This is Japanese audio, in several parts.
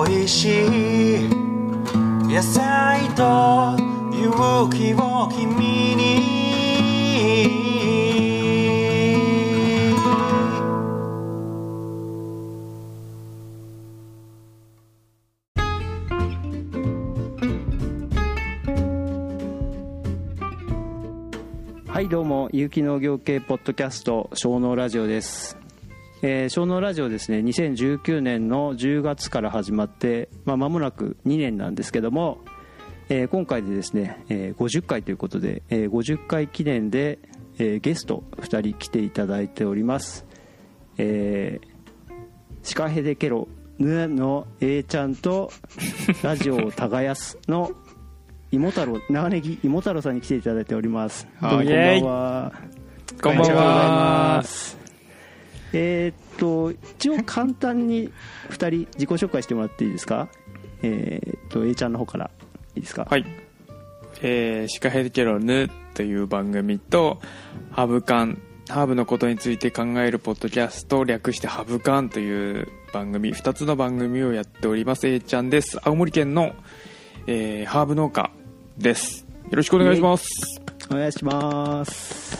いしい野菜と勇気を君にはいどうも有機農業系ポッドキャスト小農ラジオです。小農ラジオですね2019年の10月から始まって間もなく2年なんですけども、今回でですね、50回ということで、50回記念で、ゲスト2人来ていただいております。シカヘデケロヌの A ちゃんとラジオを耕すの芋太郎長ネギ芋太郎さんに来ていただいております。どうもこんばんは。 こんばんは。 一応簡単に2人自己紹介してもらっていいですか。A ちゃんの方からいいですか。 はい。シカヘデケロヌという番組とハブカンハーブのことについて考えるポッドキャスト略してハブカンという番組2つの番組をやっております A ちゃんです。青森県の、ハーブ農家です。よろしくお願いします。 お願いします。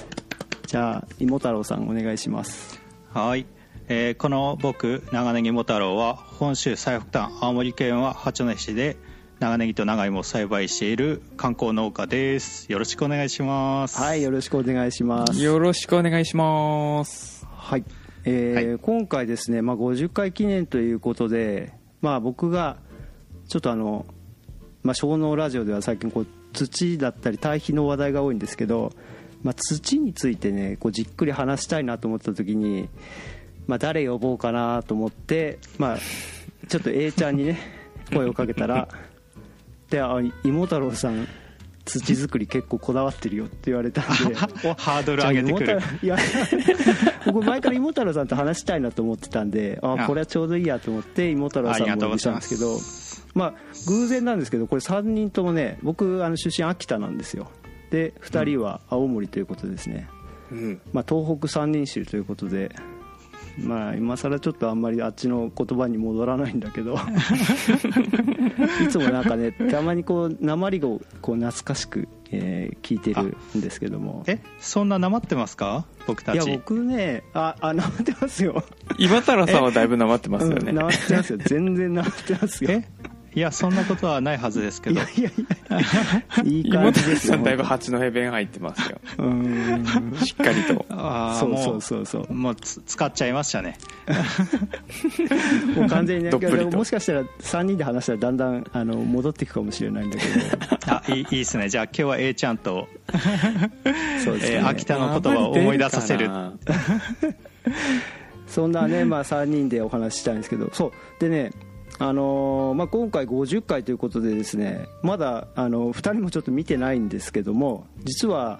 じゃあ芋太郎さんお願いします。 はい、この僕長ネギ芋太郎は本州最北端青森県は八戸市で長ネギと長芋を栽培している観光農家です。よろしくお願いします。 はいよろしくお願いします。 よろしくお願いします。 はい、はい、今回ですね、50回記念ということで、僕がちょっと小農ラジオでは最近土だったり堆肥の話題が多いんですけど、土についてねじっくり話したいなと思った時に、誰呼ぼうかなと思って、ちょっと A ちゃんにね声をかけたらで芋太郎さん土作り結構こだわってるよって言われたんでハードル上げてくる。 いや僕前から芋太郎さんと話したいなと思ってたんでこれはちょうどいいやと思って芋太郎さんも呼びたんですけど、偶然なんですけどこれ3人ともね僕出身秋田なんですよ。で2人は青森ということですね、東北三人衆ということで、今更ちょっとあんまりあっちの言葉に戻らないんだけどいつもなんかねたまに訛りを懐かしく、聞いてるんですけども。 そんな訛ってますか僕たち。 いや僕ね訛ってますよ。 今太郎さんはだいぶ訛ってますよね。 訛ってますよ全然訛ってますよ。 いやそんなことはないはずですけど。 いい感じですよ。 今太郎さんだいぶ八戸弁入ってますよ。しっかりと。 そうもう使っちゃいましたね。 もう完全にもしかしたら3人で話したらだんだん戻っていくかもしれないんだけどいいですね。じゃあ今日は A ちゃんとそうですね、 秋田の言葉を思い出させるそんなね、3人でお話ししたいんですけど、そうでね今回50回ということでですねまだ2人もちょっと見てないんですけども、実は、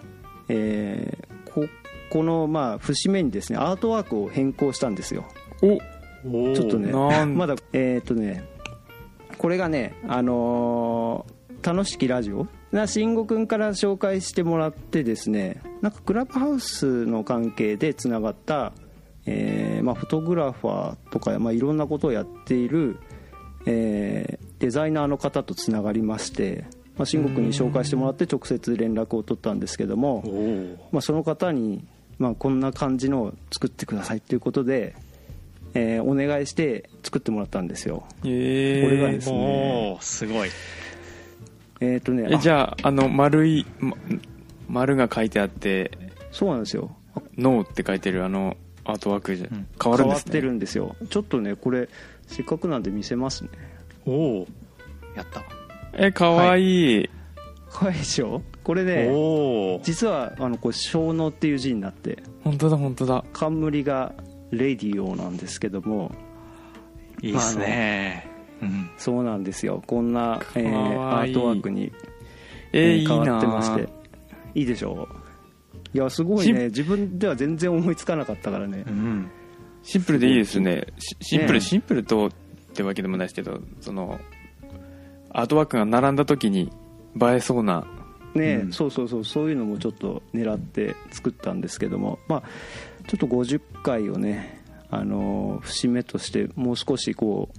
この節目にですねアートワークを変更したんですよ。ちょっとねまだこれがね楽しきラジオ慎吾くんから紹介してもらってですね、なんかクラブハウスの関係でつながった、フォトグラファーとか、いろんなことをやっているデザイナーの方とつながりまして、慎吾君に紹介してもらって直接連絡を取ったんですけども、その方に、こんな感じのを作ってくださいということで、お願いして作ってもらったんですよ。これがですねすごい。 じゃあ丸い丸が書いてあってそうなんですよ。 ノーって書いてるアートワークじゃ変わるんですね。 変わってるんですよ。ちょっとねこれせっかくなんで見せますね。 やったかわいい。 かわいいでしょ。これね実はこれ小農っていう字になって、 本当だ冠がレディオなんですけども、 いいですね。 そうなんですよ。こんな、アートワークに、変わってまして、いいでしょう。いやすごいね。自分では全然思いつかなかったからね、 シンプルでいいですね。シンプルとってわけでもないですけど、そのアートワークが並んだ時に映えそうなね、そういうのもちょっと狙って作ったんですけども、ちょっと50回をね節目としてもう少し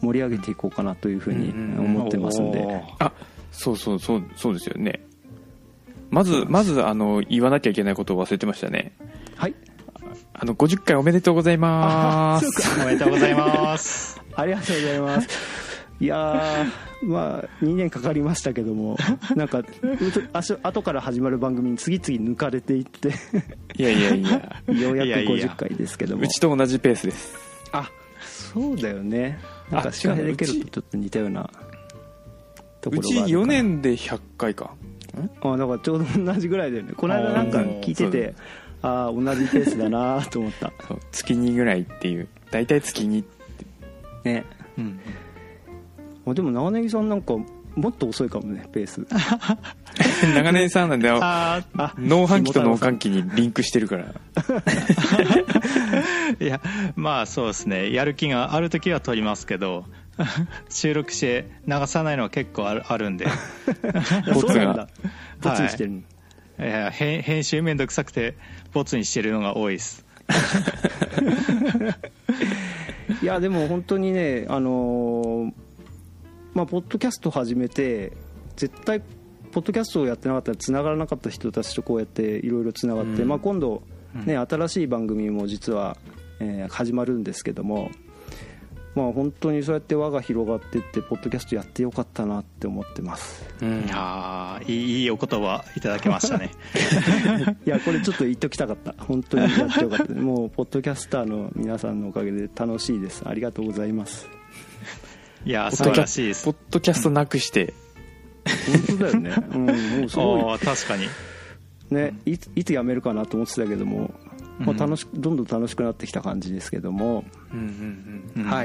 盛り上げていこうかなというふうに思ってますんで、 そうですよね。まず言わなきゃいけないことを忘れてましたね。 はい、 50回おめでとうございます。 おめでとうございますありがとうございます。いやまあ2年かかりましたけども、なんか後から始まる番組に次々抜かれていっていやようやく50回ですけども、 うちと同じペースです。 そうだよね。なんかシカヘデケロとちょっと似たようなところがあるかな。 うち4年で100回か。 だからちょうど同じぐらいだよね。この間なんか聞いてて、同じペースだなと思った。 月2ぐらいっていう、大体月2ってね。でも長ネギさんなんかもっと遅いかもね、ペース長ネギさんなんで農繁期と農閑期にリンクしてるからいやまあそうですね、やる気がある時は撮りますけど収録して流さないのは結構あるんでボツがボツにしてる、 いや編集めんどくさくてボツにしてるのが多いですいやでも本当にね、ポッドキャスト始めて絶対ポッドキャストをやってなかったらつながらなかった人たちとこうやっていろいろつながって、今度、ね、新しい番組も実は、始まるんですけども、本当にそうやって輪が広がっていってポッドキャストやってよかったなって思ってます。 いいお言葉いただきましたねいやこれちょっと言っときたかった。本当にやってよかったもうポッドキャスターの皆さんのおかげで楽しいです。ありがとうございます。 いや素晴らしいです。 ポッドキャストなくして、 本当だよね、もうすごい確かにね、いつやめるかなと思ってたけども、どんどん楽しくなってきた感じですけども、はい。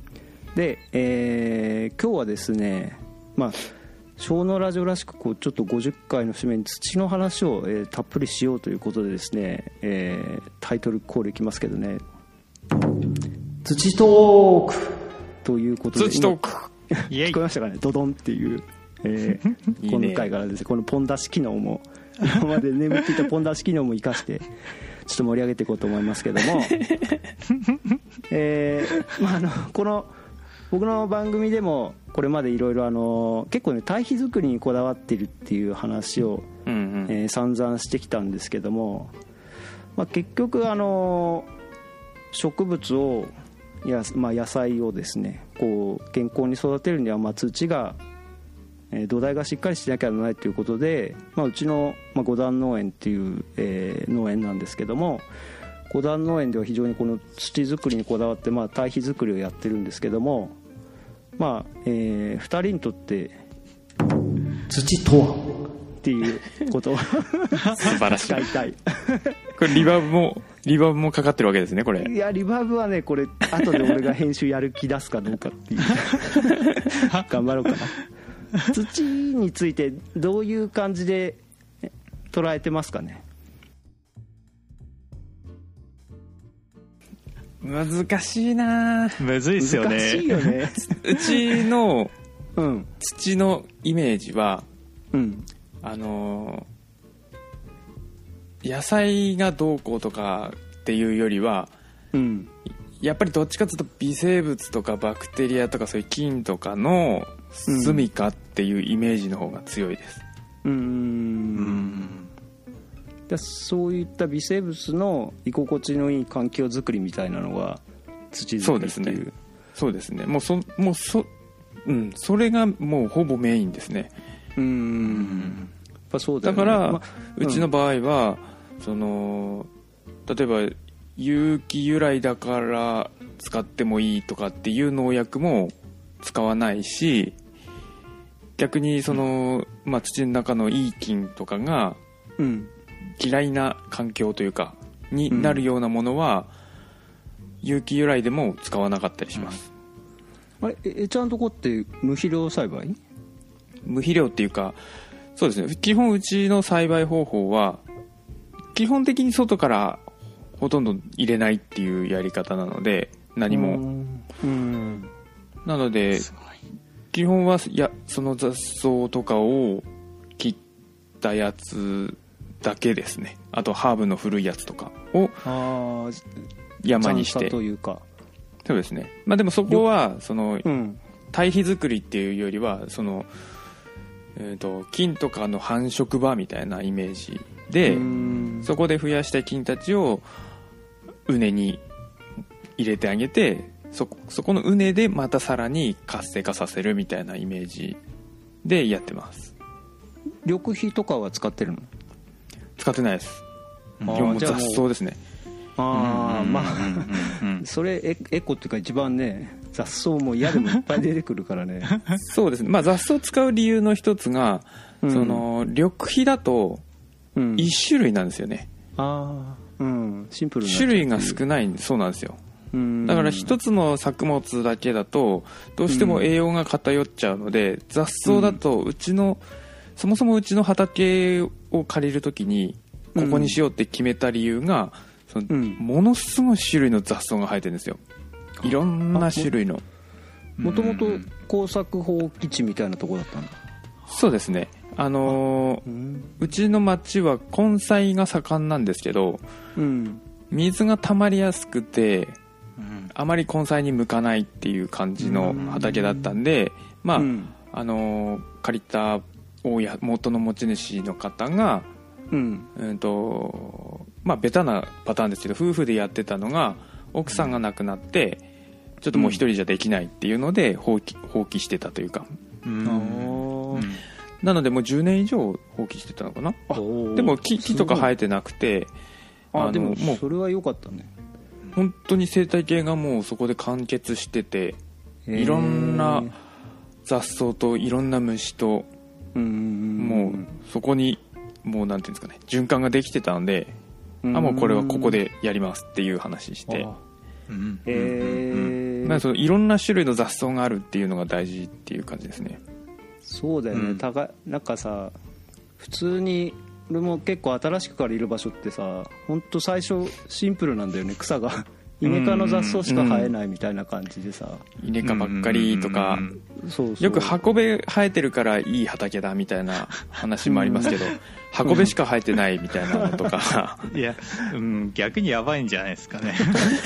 で、今日はですね、小のラジオらしくちょっと50回の節目に土の話を、たっぷりしようということでですね、タイトルコールいきますけどね、土トークということで、 土トーク聞こえましたかね、ドドンっていう、この回からですね、このポン出し機能も今まで眠っていたポン出し機能も生かしてちょっと盛り上げていこうと思いますけどもこの僕の番組でもこれまでいろいろ結構ね堆肥作りにこだわってるっていう話を、散々してきたんですけども、結局植物を野菜をですねこう健康に育てるには土が土台がしっかりしなきゃならないということで、うちの五段農園っていう、農園なんですけども、五段農園では非常にこの土作りにこだわって堆肥作りをやってるんですけども、2人にとって土とはっていうことを素晴らしい使いたいこれリバーブもかかってるわけですね、これ。 いやリバーブはね、これ後で俺が編集やる気出すかどうかっていう頑張ろうかな。土についてどういう感じで捉えてますかね。 難しいな。 むずいっすよね。 難しいよねうちの土のイメージは、野菜がどうこうとかっていうよりは、やっぱりどっちかというと微生物とかバクテリアとかそういう菌とかの住みかっていうイメージの方が強いです。 そういった微生物の居心地のいい環境づくりみたいなのが土作りっていう。 そうですね。それがもうほぼメインですね。 そうだよね。 だから、うちの場合は例えば有機由来だから使ってもいいとかっていう農薬も使わないし、逆に土の中のいい菌とかが嫌いな環境というかになるようなものは有機由来でも使わなかったりします。 ちゃんとこって無肥料栽培？ 無肥料っていうか、そうですね、基本うちの栽培方法は基本的に外からほとんど入れないっていうやり方なので、何もなので基本はその雑草とかを切ったやつだけですね。あとハーブの古いやつとかを山にして、 というかそうですね。まあでもそこはその、堆肥作りっていうよりはその、菌とかの繁殖場みたいなイメージで、そこで増やした菌たちを畝に入れてあげて、そこの畝でまたさらに活性化させるみたいなイメージでやってます。 緑肥とかは使ってるの？ 使ってないです。もう雑草ですね。 まあそれエコっていうか一番ね、雑草も嫌でもいっぱい出てくるからねそうですね。まあ雑草を使う理由の一つが、その緑肥だと1種類なんですよね。 シンプルな種類が少ないんで。そうなんですよ。だから一つの作物だけだとどうしても栄養が偏っちゃうので、雑草だとそもそもうちの畑を借りるときにここにしようって決めた理由が、ものすごい種類の雑草が生えてるんですよ。いろんな種類の。 もともと耕作放棄地みたいなとこだったんだ。 そうですね。うちの町は根菜が盛んなんですけど、水が溜まりやすくて、あまり根菜に向かないっていう感じの畑だったんで、まあ借りた元の持ち主の方が、まあベタなパターンですけど、夫婦でやってたのが奥さんが亡くなってちょっともう一人じゃできないっていうので放棄してたというか、なのでもう10年以上放棄してたのかな。でも木とか生えてなくて、 でもそれは良かったね。 本当に生態系がもうそこで完結してて、いろんな雑草といろんな虫と、もうそこにもうなんていうんですかね、循環ができてたので、もうこれはここでやりますっていう話して、そのいろんな種類の雑草があるっていうのが大事っていう感じですね。 そうだよね。なんかさ、普通に俺も結構新しく借りる場所ってさ、本当最初シンプルなんだよね。草がイネ科の雑草しか生えないみたいな感じでさ、 イネ科ばっかりとか、よく箱辺生えてるからいい畑だみたいな話もありますけど、箱辺しか生えてないみたいなのとかいや、逆にやばいんじゃないですかね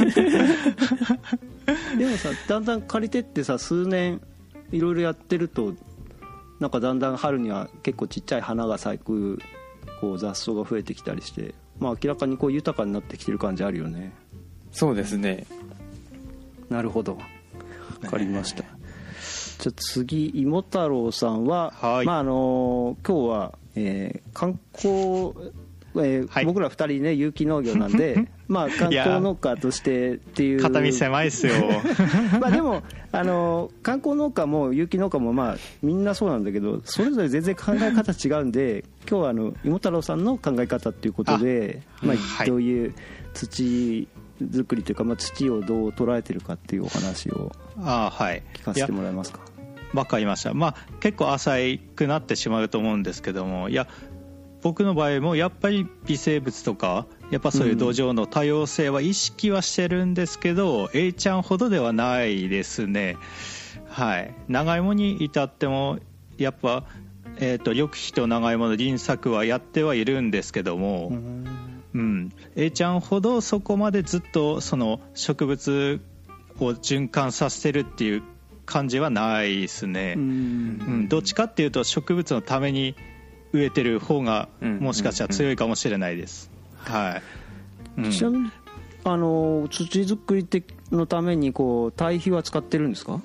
でもさ、だんだん借りてってさ、数年いろいろやってると、なんかだんだん春には結構ちっちゃい花が咲くこう雑草が増えてきたりして、まあ明らかにこう豊かになってきてる感じあるよね。 そうですね。 なるほど、分かりました。じゃあ次、芋太郎さんは、まあ今日は、観光、僕ら2人ね、有機農業なんでまあ観光農家としてっていう、 肩身狭いっすよまあでも観光農家も有機農家もまあみんなそうなんだけど、それぞれ全然考え方違うんで、今日は芋太郎さんの考え方っていうことで、まあ、どういう土作りというか、まあ、土をどう捉えてるかっていうお話を聞かせてもらえますか。 わかりました。まあ結構浅くなってしまうと思うんですけども、いや僕の場合もやっぱり微生物とかやっぱそういう土壌の多様性は意識はしてるんですけど、A ちゃんほどではないですね。長芋に至ってもやっぱ、緑肥と長芋の輪作はやってはいるんですけども、A ちゃんほどそこまでずっとその植物を循環させてるっていう感じはないですね。どっちかっていうと植物のために植えてる方がもしかしたら強いかもしれないです。 ちなみに土作りのためにこう堆肥は使ってるんですか？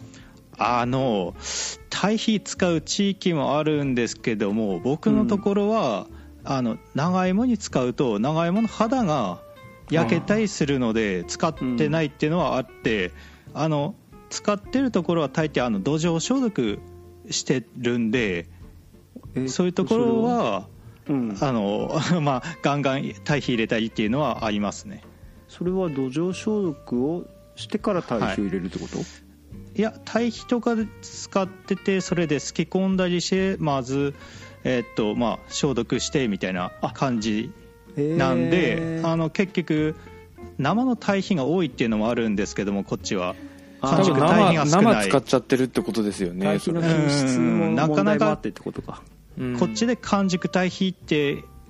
堆肥使う地域もあるんですけども、僕のところは、長芋に使うと長芋の肌が焼けたりするので使ってないっていうのはあって、使ってるところは大抵土壌消毒してるんで、そういうところはまあガンガン堆肥入れたりっていうのはありますね。 それは土壌消毒をしてから堆肥を入れるってこと？ いや、堆肥とかで使ってて、それですき込んだりして、まずまあ消毒してみたいな感じなんで、結局生の堆肥が多いっていうのもあるんですけども、こっちは完熟堆肥が少ない。生使っちゃってるってことですよね。 堆肥の品質も問題もあってってことか。 こっちで完熟堆肥って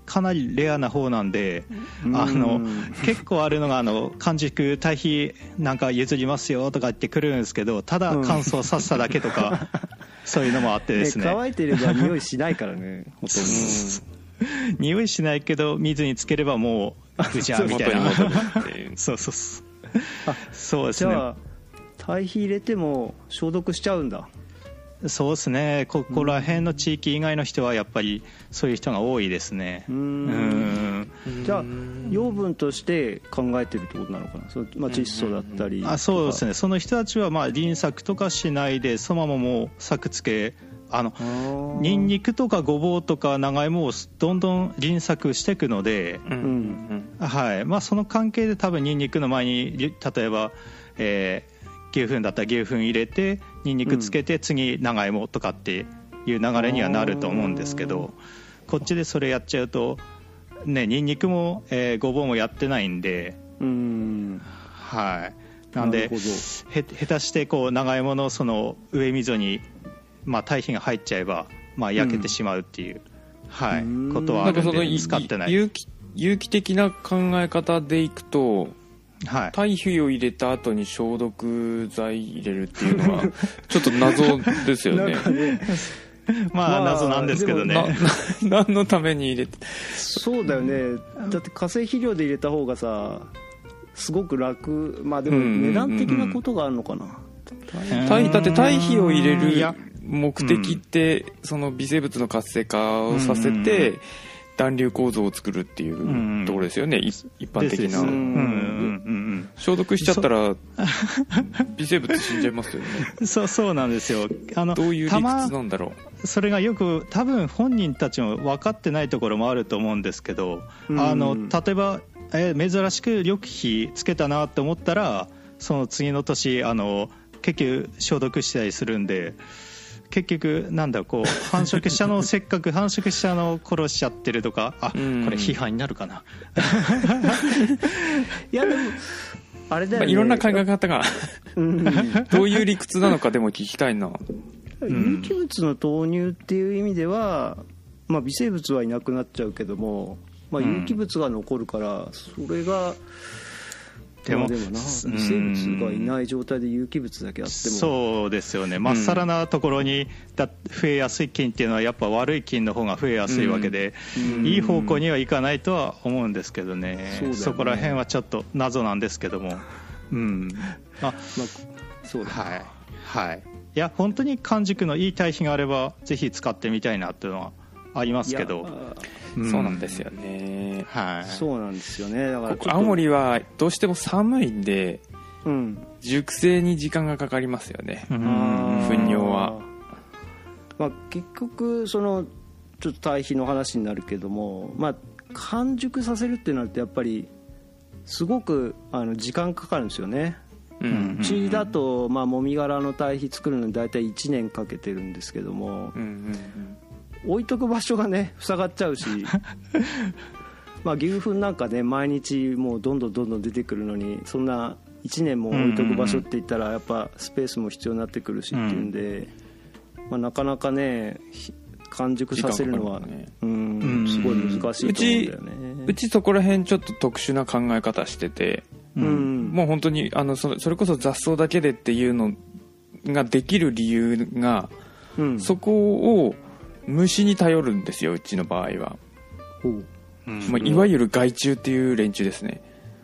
かなりレアな方なんで、結構あるのが完熟堆肥なんか譲りますよとか言ってくるんですけど、ただ乾燥させただけとか、そういうのもあってですね。 乾いてれば匂いしないからね、ほとんど。匂いしないけど水につければもうぐちゃみたいな。そうそうそう。そうですね。 じゃあ堆肥入れても消毒しちゃうんだ。 そうですね。ここら辺の地域以外の人はやっぱりそういう人が多いですね。 じゃあ養分として考えてるってことなのかな。窒素だったり。 そうですね。その人たちは輪作とかしないでそのままもう作付け、ニンニクとかゴボウとか長芋をどんどん輪作していくので、はい。その関係で多分ニンニクの前に例えば、牛糞だったら牛糞入れてニンニクつけて次長芋とかっていう流れにはなると思うんですけど、こっちでそれやっちゃうとね、ニンニクも、ごぼうもやってないんで、はい。なんで下手してこう長芋のその上溝に堆肥が入っちゃえば焼けてしまうっていう、はい、ことはあるんで使ってない。 有機的な考え方でいくと、はい、堆肥を入れた後に消毒剤入れるっていうのはちょっと謎ですよね。 謎なんですけどね。 何のために入れて。 そうだよね。だって化成肥料で入れた方がさ、すごく楽。でも値段的なことがあるのかな。 だって堆肥を入れる目的って、その微生物の活性化をさせて、団粒構造を作るっていうところですよね、一般的な。消毒しちゃったら微生物死んじゃいますよね。 そうなんですよ。 どういう理屈なんだろう。それがよく多分本人たちも分かってないところもあると思うんですけど、例えば、珍しく緑肥つけたなって思ったらその次の年結局消毒したりするんで、結局繁殖者のせっかく繁殖者の殺しちゃってるとか、これ批判になるかな。 いやでもあれだよね、 いろんな考え方がどういう理屈なのかでも聞きたいな。 有機物の投入っていう意味では、微生物はいなくなっちゃうけども、有機物が残るから、それがでも微生物がいない状態で有機物だけあっても、 そうですよね。まっさらなところに増えやすい菌っていうのはやっぱ悪い菌の方が増えやすいわけで、いい方向にはいかないとは思うんですけどね。そこら辺はちょっと謎なんですけども、 そうだ、 はい。いや本当に完熟のいい堆肥があればぜひ使ってみたいなっていうのはありますけど。 そうなんですよね。 はい。そうなんですよね。だから青森はどうしても寒いんで、熟成に時間がかかりますよね。糞尿は。 結局ちょっと堆肥の話になるけども、完熟させるってなるとやっぱりすごく時間かかるんですよね。うちだともみ殻の堆肥作るのに大体1年かけてるんですけども。置いとく場所がね塞がっちゃうし牛糞なんかね毎日もうどんどん出てくるのに、そんな1年も置いとく場所って言ったらやっぱスペースも必要になってくるしっていうんで、なかなかね完熟させるのは、すごい難しいと思うんだよね。 うちそこら辺ちょっと特殊な考え方してて、もう本当にそれこそ雑草だけでっていうのができる理由が、そこを虫に頼るんですよ、うちの場合は。いわゆる害虫っていう連中ですね。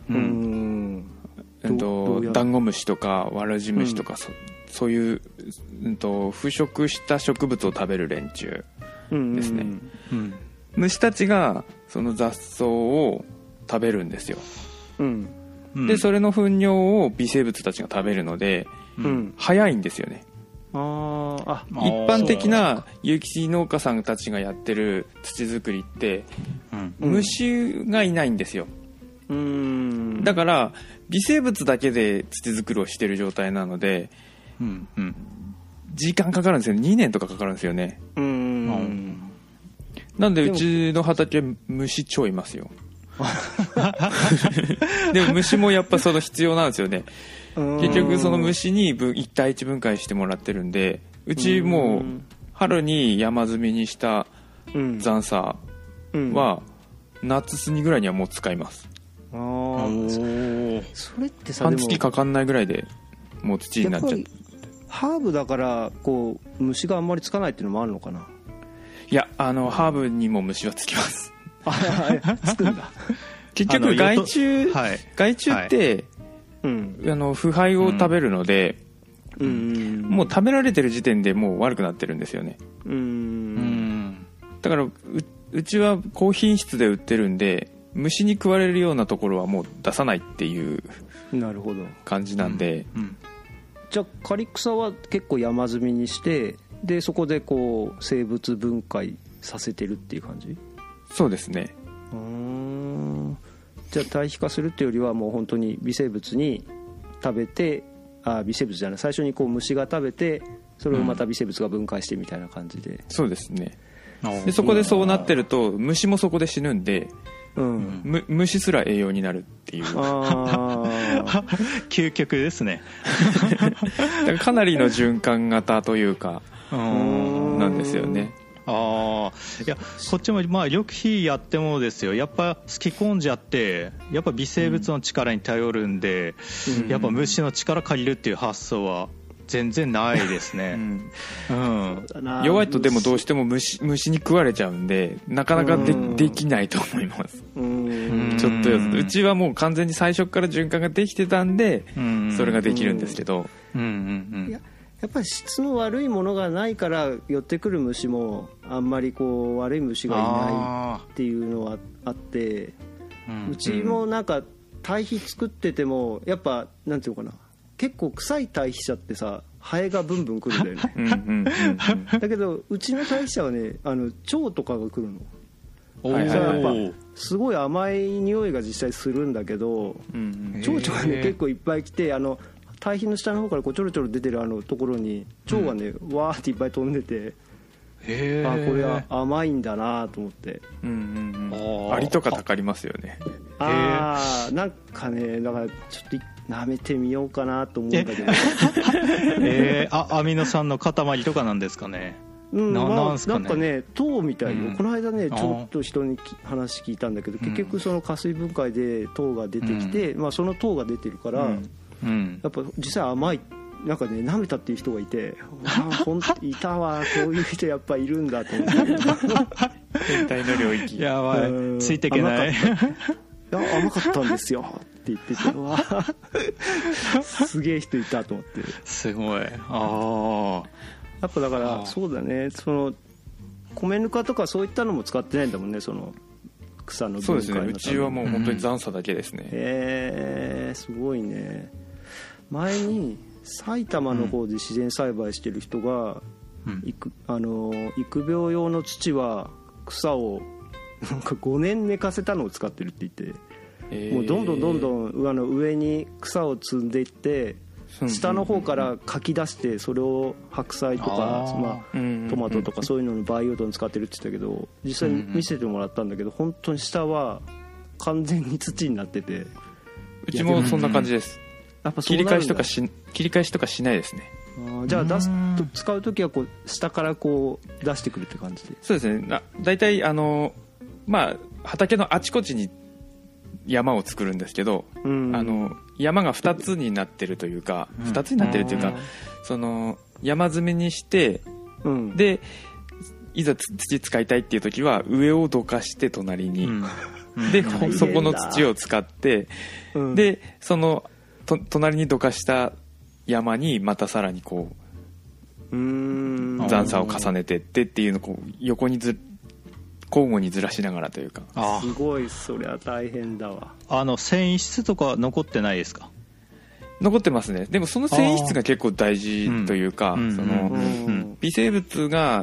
ダンゴムシとかワラジムシとか、そういう、腐食した植物を食べる連中ですね。虫たちがその雑草を食べるんですよ。でそれの糞尿を微生物たちが食べるので、早いんですよね。一般的な有機農家さんたちがやってる土作りって、虫がいないんですよ。だから微生物だけで土作りをしてる状態なので、時間かかるんですよ。2年とかかかるんですよね。なんでうちの畑虫超いますよ。でも虫もやっぱ必要なんですよね。結局その虫に1対1分解してもらってるんで、うちもう春に山積みにした残砂は夏過ぎぐらいにはもう使います。 ああ、それってさ、 半月かかんないぐらいでもう土になっちゃう。 ハーブだからこう虫があんまりつかないっていうのもあるのかな。 いや、ハーブにも虫はつきます。 つくんだ。 結局害虫って、腐敗を食べるので、もう食べられてる時点でもう悪くなってるんですよね。だからうちは高品質で売ってるんで、虫に食われるようなところはもう出さないっていう感じなんで、 じゃあ刈草は結構山積みにして、でそこでこう生物分解させてるっていう感じ？ そうですね。 じゃあ堆肥化するっていうよりはもう本当に微生物に食べて、微生物じゃない、最初にこう虫が食べて、それをまた微生物が分解してみたいな感じで。 そうですね。でそこでそうなってると虫もそこで死ぬんで、虫すら栄養になるっていう。 究極ですね。 だからかなりの循環型というかなんですよね。 いやこっちもまあ緑肥やってもですよ、やっぱすき込んじゃって、やっぱ微生物の力に頼るんで、やっぱ虫の力借りるっていう発想は全然ないですね。 弱いとでもどうしても虫に食われちゃうんで、なかなか できないと思います。ちょっとうちはもう完全に最初から循環ができてたんで、それができるんですけど、 やっぱり質の悪いものがないから寄ってくる虫もあんまりこう悪い虫がいないっていうのはあって、うちもなんか堆肥作っててもやっぱなんていうのかな、結構臭い堆肥車ってさ、ハエがブンブン来るんだよね。だけどうちの堆肥車はね、蝶とかが来るの。やっぱすごい甘い匂いが実際するんだけど、蝶々がね結構いっぱい来て、堆肥の下の方からこうちょろちょろ出てるところに蝶がね、わーっていっぱい飛んでて、これは甘いんだなと思って。 アリとかたかりますよね。 なんかね、だからちょっと舐めてみようかなと思うんだけど。 アミノ酸の塊とかなんですかね。 なんかね糖みたいよ。この間ねちょっと人に話聞いたんだけど、結局その加水分解で糖が出てきて、その糖が出てるから、やっぱ実際甘い、なんかね舐めたっていう人がいて、いたわ、こういう人やっぱいるんだと思って。 変態の領域。 やばい、ついていけない。 甘かったんですよって言ってて、すげえ人いたと思って。 すごい。 やっぱだからそうだね、その米ぬかとかそういったのも使ってないんだもんね、その草の分解のために。 そうですね、うちはもう本当に残差だけですね。 すごいね。前に埼玉の方で自然栽培してる人が、育苗用の土は草をなんか5年寝かせたのを使ってるって言って、もうどんどん上に草を積んでいって、下の方からかき出して、それを白菜とかトマトとかそういうのの培養土に使ってるって言ったけど、実際に見せてもらったんだけど、本当に下は完全に土になってて。 うちもそんな感じです。やっぱ切り返しとかしないですね。 じゃあ使う時はこう下からこう出してくるって感じで。 そうですね。だいたい畑のあちこちに山を作るんですけど、山が2つになってるというか、2つになってるというか、その山積みにして、でいざ土使いたいっていう時は上をどかして隣に、でそこの土を使って、でその隣にどかした山にまたさらにこう残差を重ねてっていうのをこう横に交互にずらしながらというか。 すごい、そりゃ大変だわ。 繊維質とか残ってないですか？ 残ってますね。でもその繊維質が結構大事というか、その微生物が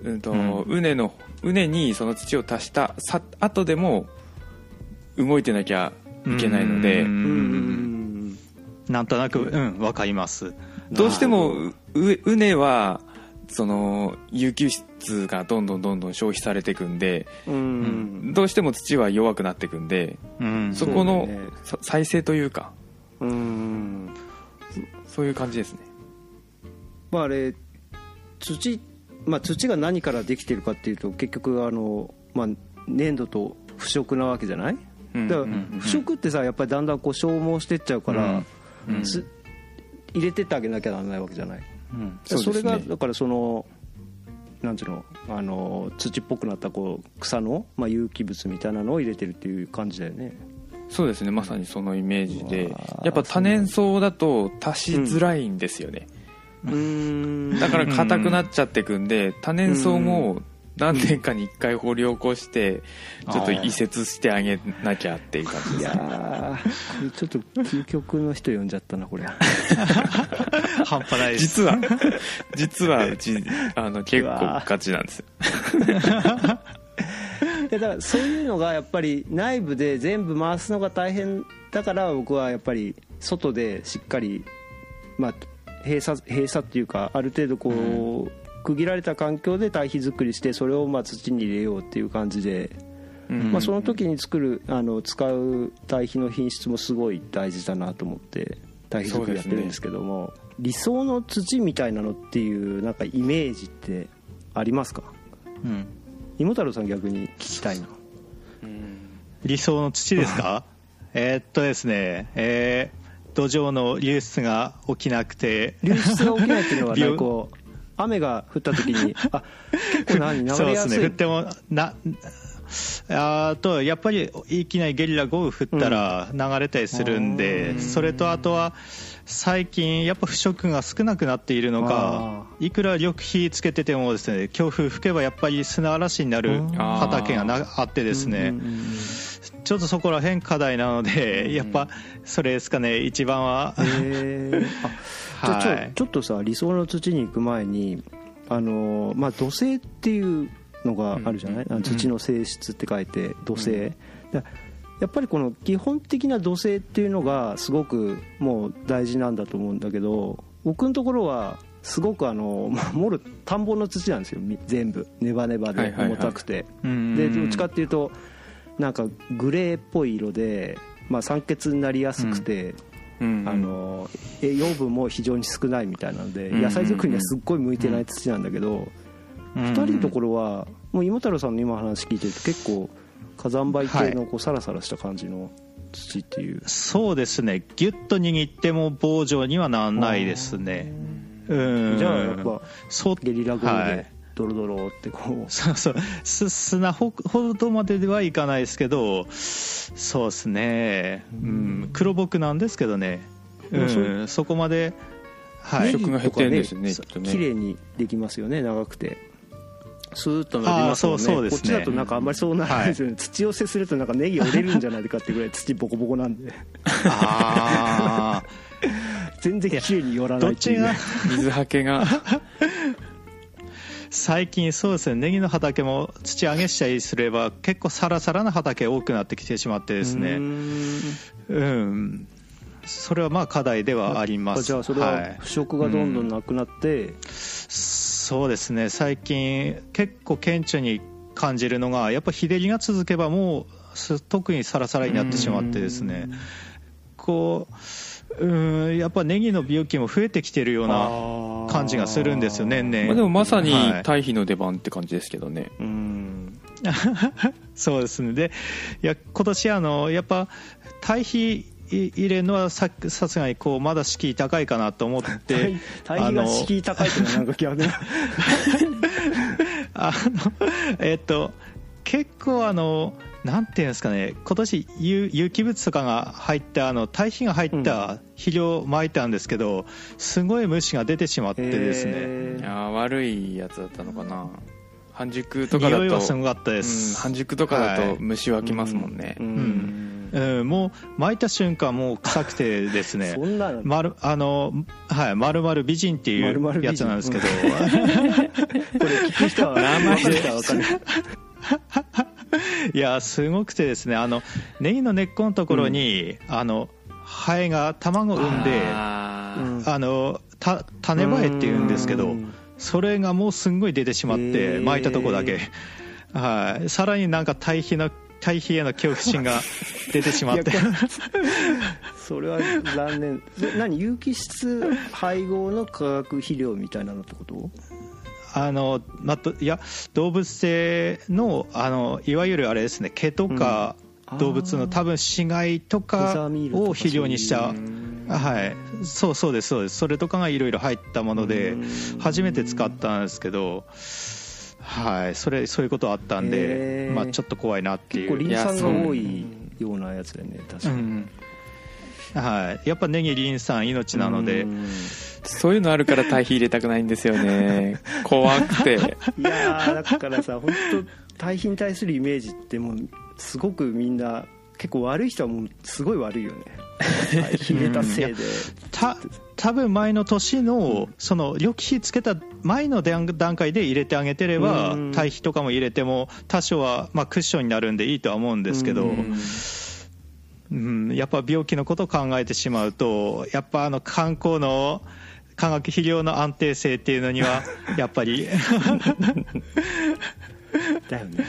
畝にその土を足した後でも動いてなきゃいけないので、 なんとなく分かります。 どうしても畝はその有機質がどんどん消費されていくんで、どうしても土は弱くなっていくんで、そこの再生というか、そういう感じですね。 あれ土が何からできてるかっていうと、結局粘土と腐食なわけじゃない。だから腐食ってさやっぱりだんだんこう消耗してっちゃうから、入れてってあげなきゃならないわけじゃない。それがだからそのなんていうの、土っぽくなったこう草の、有機物みたいなのを入れてるっていう感じだよね。 そうですね、まさにそのイメージで、やっぱ多年草だと足しづらいんですよね。だから硬くなっちゃってくんで、多年草も何年かに1回掘り起こしてちょっと移設してあげなきゃっていう感じです。 いやちょっと究極の人呼んじゃったなこれ。 半端ないです。 実はうち結構ガチなんですよ。 だからそういうのがやっぱり内部で全部回すのが大変だから、僕はやっぱり外でしっかり、閉鎖っていうかある程度こう、区切られた環境で堆肥作りして、それを土に入れようっていう感じで、その時に使う堆肥の品質もすごい大事だなと思って堆肥作りやってるんですけども、理想の土みたいなのっていうなんかイメージってありますか？芋太郎さん逆に聞きたいな。 理想の土ですか？ですね、土壌の流出が起きなくて、 流出が起きないっていうのはなんかこう雨が降った時に結構流れやすい。そうですね、 降ってもやっぱりいきなりゲリラ豪雨降ったら流れたりするんで、それとあとは最近やっぱ腐食が少なくなっているのか、いくら緑肥つけててもですね、強風吹けばやっぱり砂嵐になる畑があってですね、ちょっとそこら辺課題なので、やっぱそれですかね、一番は。 ちょっとさ、理想の土に行く前に土星っていうのがあるじゃない、土の性質って書いて土星、やっぱりこの基本的な土星っていうのがすごくもう大事なんだと思うんだけど、僕のところはすごくもろ田んぼの土なんですよ、全部ネバネバで重たくて、でどっちかっていうとなんかグレーっぽい色で、酸欠になりやすくて、栄養分も非常に少ないみたいなので、野菜作りにはすっごい向いてない土なんだけど、2人のところはもう芋太郎さんの今話聞いてると結構火山灰系のこうサラサラした感じの土っていう、 そうですね、ギュッと握っても棒状にはならないですね。 じゃあやっぱゲリラ豪雨でドロドロってこう、 砂ほどまではいかないですけど、そうですね、黒木なんですけどね、そこまで食が減ってるんですよね。 綺麗にできますよね、長くてスーッと伸びますもんね。 そうですね、 こっちだとなんかあんまりそうならないですよね、土寄せするとなんかネギ折れるんじゃないかってぐらい土ボコボコなんで全然綺麗に寄らないっていう、 水はけが最近そうですね、ネギの畑も土上げしたりすれば結構サラサラな畑多くなってきてしまってですね、それは課題ではあります。 じゃあそれは腐食がどんどんなくなって、 そうですね、最近結構顕著に感じるのが、やっぱ日照りが続けばもう特にサラサラになってしまってですね、こうやっぱネギの病気も増えてきてるような感じがするんですよ、年々。 でもまさに堆肥の出番って感じですけどね。 そうですね。で、今年やっぱ堆肥入れるのはさすがにこうまだ敷居高いかなと思って堆肥が敷居高いってのはなんか逆に結構なんていうんですかね、今年有機物とかが入った堆肥が入った肥料を撒いたんですけど、すごい虫が出てしまってですね、 いや悪いやつだったのかな。半熟とかだと匂いはすごかったです。 半熟とかだと虫湧きますもんね。 もう撒いた瞬間もう臭くてですねそんなの丸々美人っていうやつなんですけどこれ聞く人は名前で分かるいやすごくてですね、ネギの根っこのところに、ハエが卵を産んで種ハエっていうんですけど、それがもうすんごい出てしまって撒いたとこだけ、さらになんか堆肥への恐怖心が出てしまってそれは残念。何、有機質配合の化学肥料みたいなのってこと？ 動物性のいわゆるあれですね、毛とか動物の多分死骸とかを肥料にした、はい、そうです、それとかがいろいろ入ったもので初めて使ったんですけど、はい、そういうことあったんで、ちょっと怖いなっていう。 結構リン酸が多いようなやつだよね、確かに。 はい、やっぱネギリン酸命なので、 そういうのあるから堆肥入れたくないんですよね。怖くて。 いやだからさ、本当堆肥に対するイメージってもうすごくみんな結構悪い人はもうすごい悪いよね。堆肥入れたせいで。 多分前の年のその緑肥つけた前の段階で入れてあげてれば、堆肥とかも入れても多少はクッションになるんでいいとは思うんですけど。やっぱ病気のことを考えてしまうと、やっぱ観光の化学肥料の安定性っていうのにはやっぱりだよね、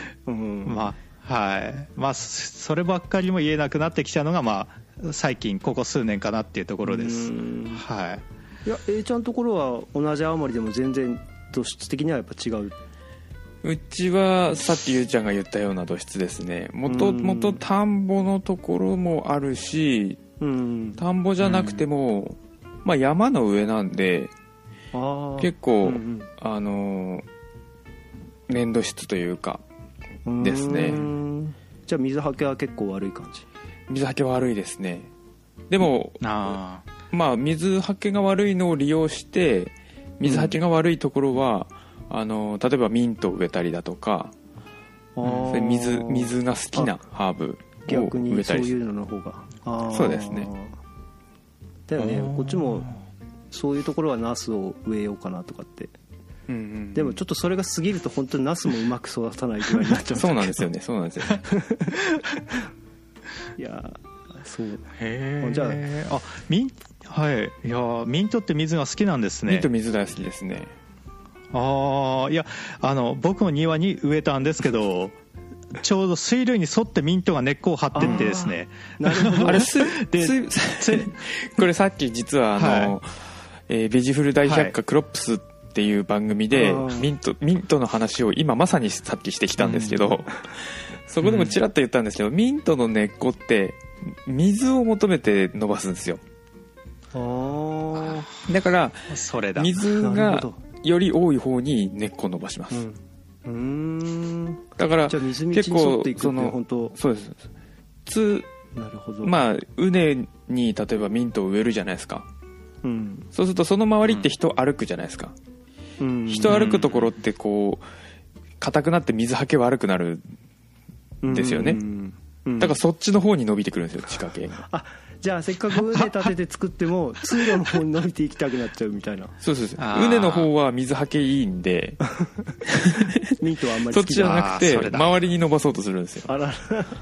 はい、そればっかりも言えなくなってきたのが最近ここ数年かなっていうところです。はい。 いや A ちゃんのところは同じ青森でも全然土質的にはやっぱ違う。 うちはさっきゆうちゃんが言ったような土質ですね。もともと田んぼのところもあるし、田んぼじゃなくても、山の上なんで結構、粘土質というかですね。 じゃあ水はけは結構悪い感じ。 水はけは悪いですね。でも水はけが悪いのを利用して水はけが悪いところは、例えばミントを植えたりだとか、それ水が好きなハーブを植えたりする。 逆にそういうのの方が。 そうですね。 だよね。こっちもそういうところはナスを植えようかなとかって。でもちょっとそれが過ぎると本当にナスもうまく育たないぐらいになっちゃう。 そうなんですよね。そうなんですよね。 いやそう。 じゃあミントって水が好きなんですね。 ミント水大好きですね。 いや僕も庭に植えたんですけど、ちょうど水路に沿ってミントが根っこを張ってってですね。 なるほど。 あれこれさっき実はベジフル大百科クロップスっていう番組でミントの話を今まさにさっきしてきたんですけど、そこでもちらっと言ったんですけど、ミントの根っこって水を求めて伸ばすんですよ。だから水がより多い方に根っこを伸ばします。だから結構そうです。 なるほど。 畝に例えばミントを植えるじゃないですか。そうするとその周りって人歩くじゃないですか。人歩くところってこう硬くなって水はけ悪くなるんですよね。だからそっちの方に伸びてくるんですよ、仕掛けが。 じゃあせっかく畝立てて作っても通路の方に伸びていきたくなっちゃうみたいな。 そう畝の方は水はけいいんでミントはあんまりそっちじゃなくて周りに伸ばそうとするんですよ。 あら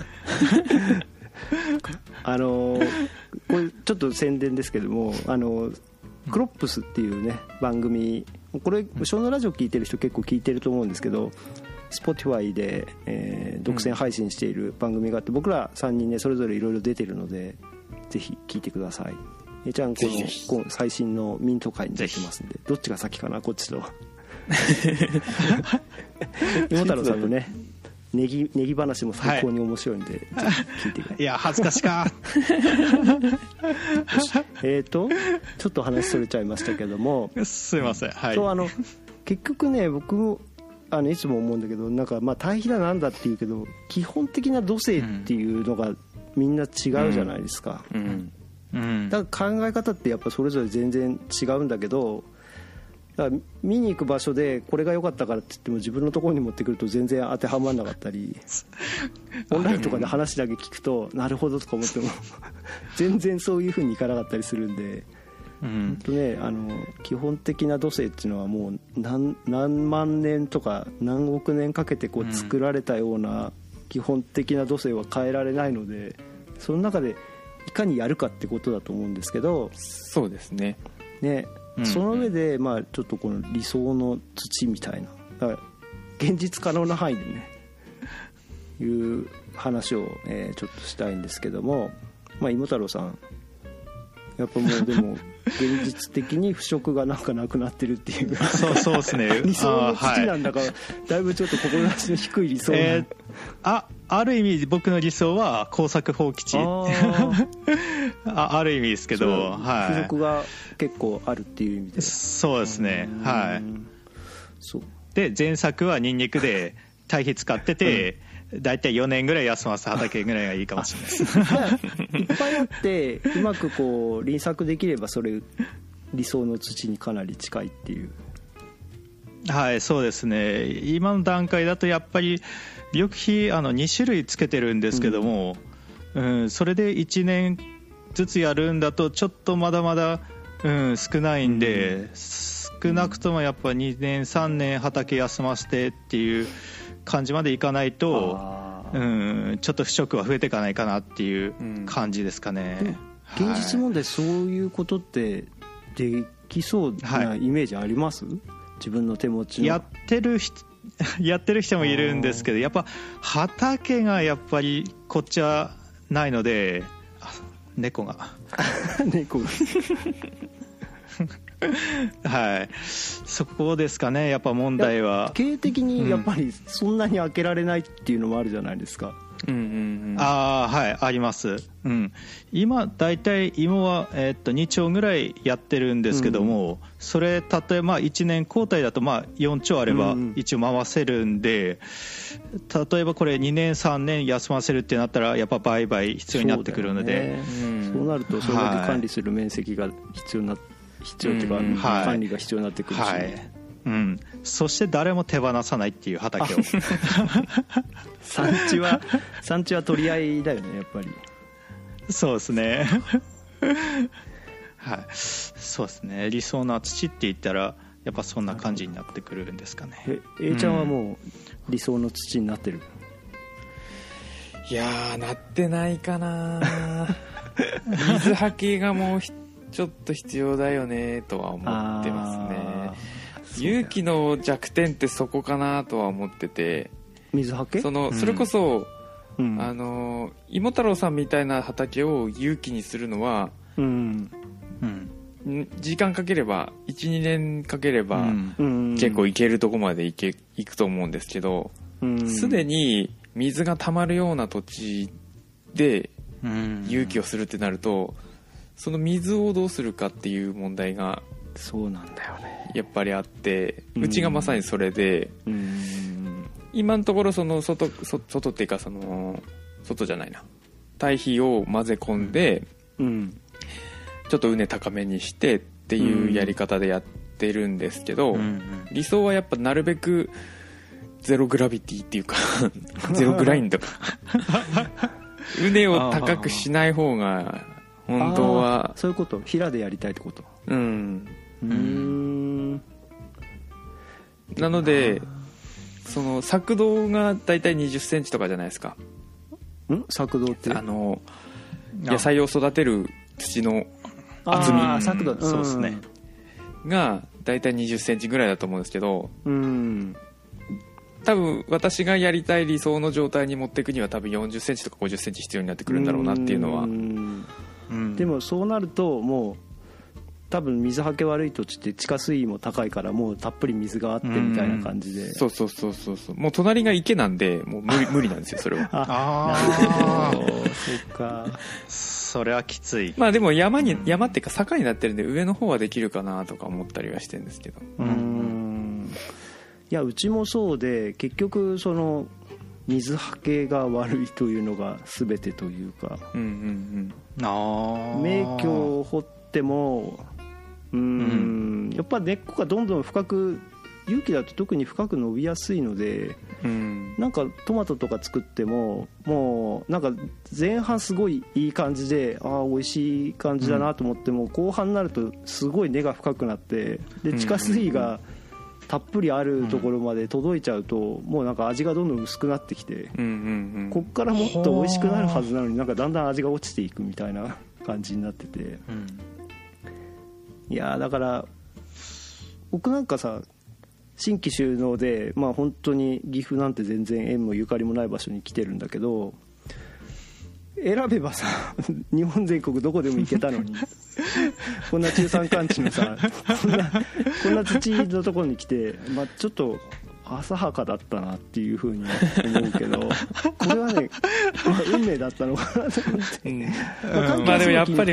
これちょっと宣伝ですけども、クロップスっていうね番組、これ湘南ラジオ聞いてる人結構聞いてると思うんですけど、Spotify で、独占配信している番組があって、僕ら3人ねそれぞれいろいろ出てるのでぜひ聞いてください。ちゃんこの最新のミント会に出てますんで、どっちが先かなこっちと芋太郎さんのねネギ話も最高に面白いんで、ぜひ聞いてください。 いや恥ずかしかちょっと話それちゃいましたけどもすいません。 結局ね僕もいつも思うんだけど、なんか堆肥だなんだっていうけど基本的な土性っていうのがみんな違うじゃないですか。だから考え方ってやっぱそれぞれ全然違うんだけど、だから見に行く場所でこれが良かったからって言っても自分のところに持ってくると全然当てはまらなかったりオンラインとかで話だけ聞くとなるほどとか思っても全然そういう風にいかなかったりするんで、基本的な土性っていうのはもう何万年とか何億年かけてこう作られたような基本的な土性は変えられないので、その中でいかにやるかってことだと思うんですけど。 そうですね。 その上でちょっとこの理想の土みたいな、だから現実可能な範囲でねいう話をちょっとしたいんですけども、芋太郎さんやっぱもうでも現実的に腐食がなんかなくなってるっていうそうですね理想の土なんだから、だいぶちょっと志の低い理想ある意味僕の理想は耕作放棄地ある意味ですけど、はい、 腐食が結構あるっていう意味でそうですね、はい。 そうで前作はニンニクで堆肥使ってて、だいたい4年ぐらい休ます畑ぐらいがいいかもしれないですいっぱいあってうまくこう輪作できればそれ理想の土にかなり近いっていう。 はい、そうですね。今の段階だとやっぱり緑肥2種類つけてるんですけども、それで1年ずつやるんだとちょっとまだまだ、少ないんで、少なくともやっぱ2年3年畑休ませてっていう感じまでいかないと、ちょっと腐食は増えていかないかなっていう感じですかね。 現実問題そういうことってできそうなイメージあります？自分の手持ちのやってる人もいるんですけど、やっぱ畑がやっぱりこっちはないので、猫がはい、そこですかね。やっぱ問題は経営的にやっぱりそんなに開けられないっていうのもあるじゃないですか。 はい、あります。今だいたい芋は、2丁ぐらいやってるんですけども、それ例えば1年交代だと4丁あれば一応回せるんで、例えばこれ2年3年休ませるってなったらやっぱ売買必要になってくるので、 そうなるとそれだけ管理する面積が必要っていうか、管理が必要になってくるし、 そして誰も手放さないっていう畑を産地は取り合いだよね、やっぱり。 そうですねはい、そうですね。理想の土って言ったらやっぱそんな感じになってくるんですかね。 A ちゃんはもう理想の土になってる？ いやー、なってないかな水はけがもうちょっと必要だよねとは思ってますね。勇気の弱点ってそこかなとは思ってて、 水はけ？ それこそ、芋太郎さんみたいな畑を勇気にするのは、時間かければ 1,2 年かければ、結構いけるとこまでいくと思うんですけど、すでに水が溜まるような土地で勇気をするってなると、その水をどうするかっていう問題がそうなんだよね、 やっぱりあって、うちがまさにそれで、今のところその外っていうか、外じゃないな、堆肥を混ぜ込んで、ちょっと畝高めにしてっていうやり方でやってるんですけど、理想はやっぱなるべくゼログラビティっていうかゼログラインドか畝を高くしない方が本当は。 そういうこと、平でやりたいってこと。 なのでその作動がだいたい20センチとかじゃないですか。 作動って野菜を育てる土の厚み、 作動、 そうですね、 がだいたい20センチぐらいだと思うんですけど、多分私がやりたい理想の状態に持っていくには多分40センチとか50センチ必要になってくるんだろうなっていうのは。 でもそうなるともう多分水はけ悪い土地って地下水位も高いから、もうたっぷり水があってみたいな感じで、 そうもう隣が池なんでもう無理なんですよそれは。 そうか、 それはきつい。 でも山っていうか坂になってるんで上の方はできるかなとか思ったりはしてるんですけど。 いや、うちもそうで、結局その水はけが悪いというのが全てというか、名橋を掘ってもやっぱ根っこがどんどん深く、有機だと特に深く伸びやすいので、なんかトマトとか作ってももうなんか前半すごいいい感じで、美味しい感じだなと思っても、後半になるとすごい根が深くなって、で地下水がたっぷりあるところまで届いちゃうと、もうなんか味がどんどん薄くなってきて、こっからもっと美味しくなるはずなのに、なんかだんだん味が落ちていくみたいな感じになってて、いやだから僕なんかさ、新規収納で、本当に岐阜なんて全然縁もゆかりもない場所に来てるんだけど、 選べばさ日本全国どこでも行けたのにこんな中山間地のさこんな土のところに来て、まあ、ちょっと浅はかだったなっていうふうに思うけどこれはね、まあ、運命だったのかなと思って、 まあでもやっぱり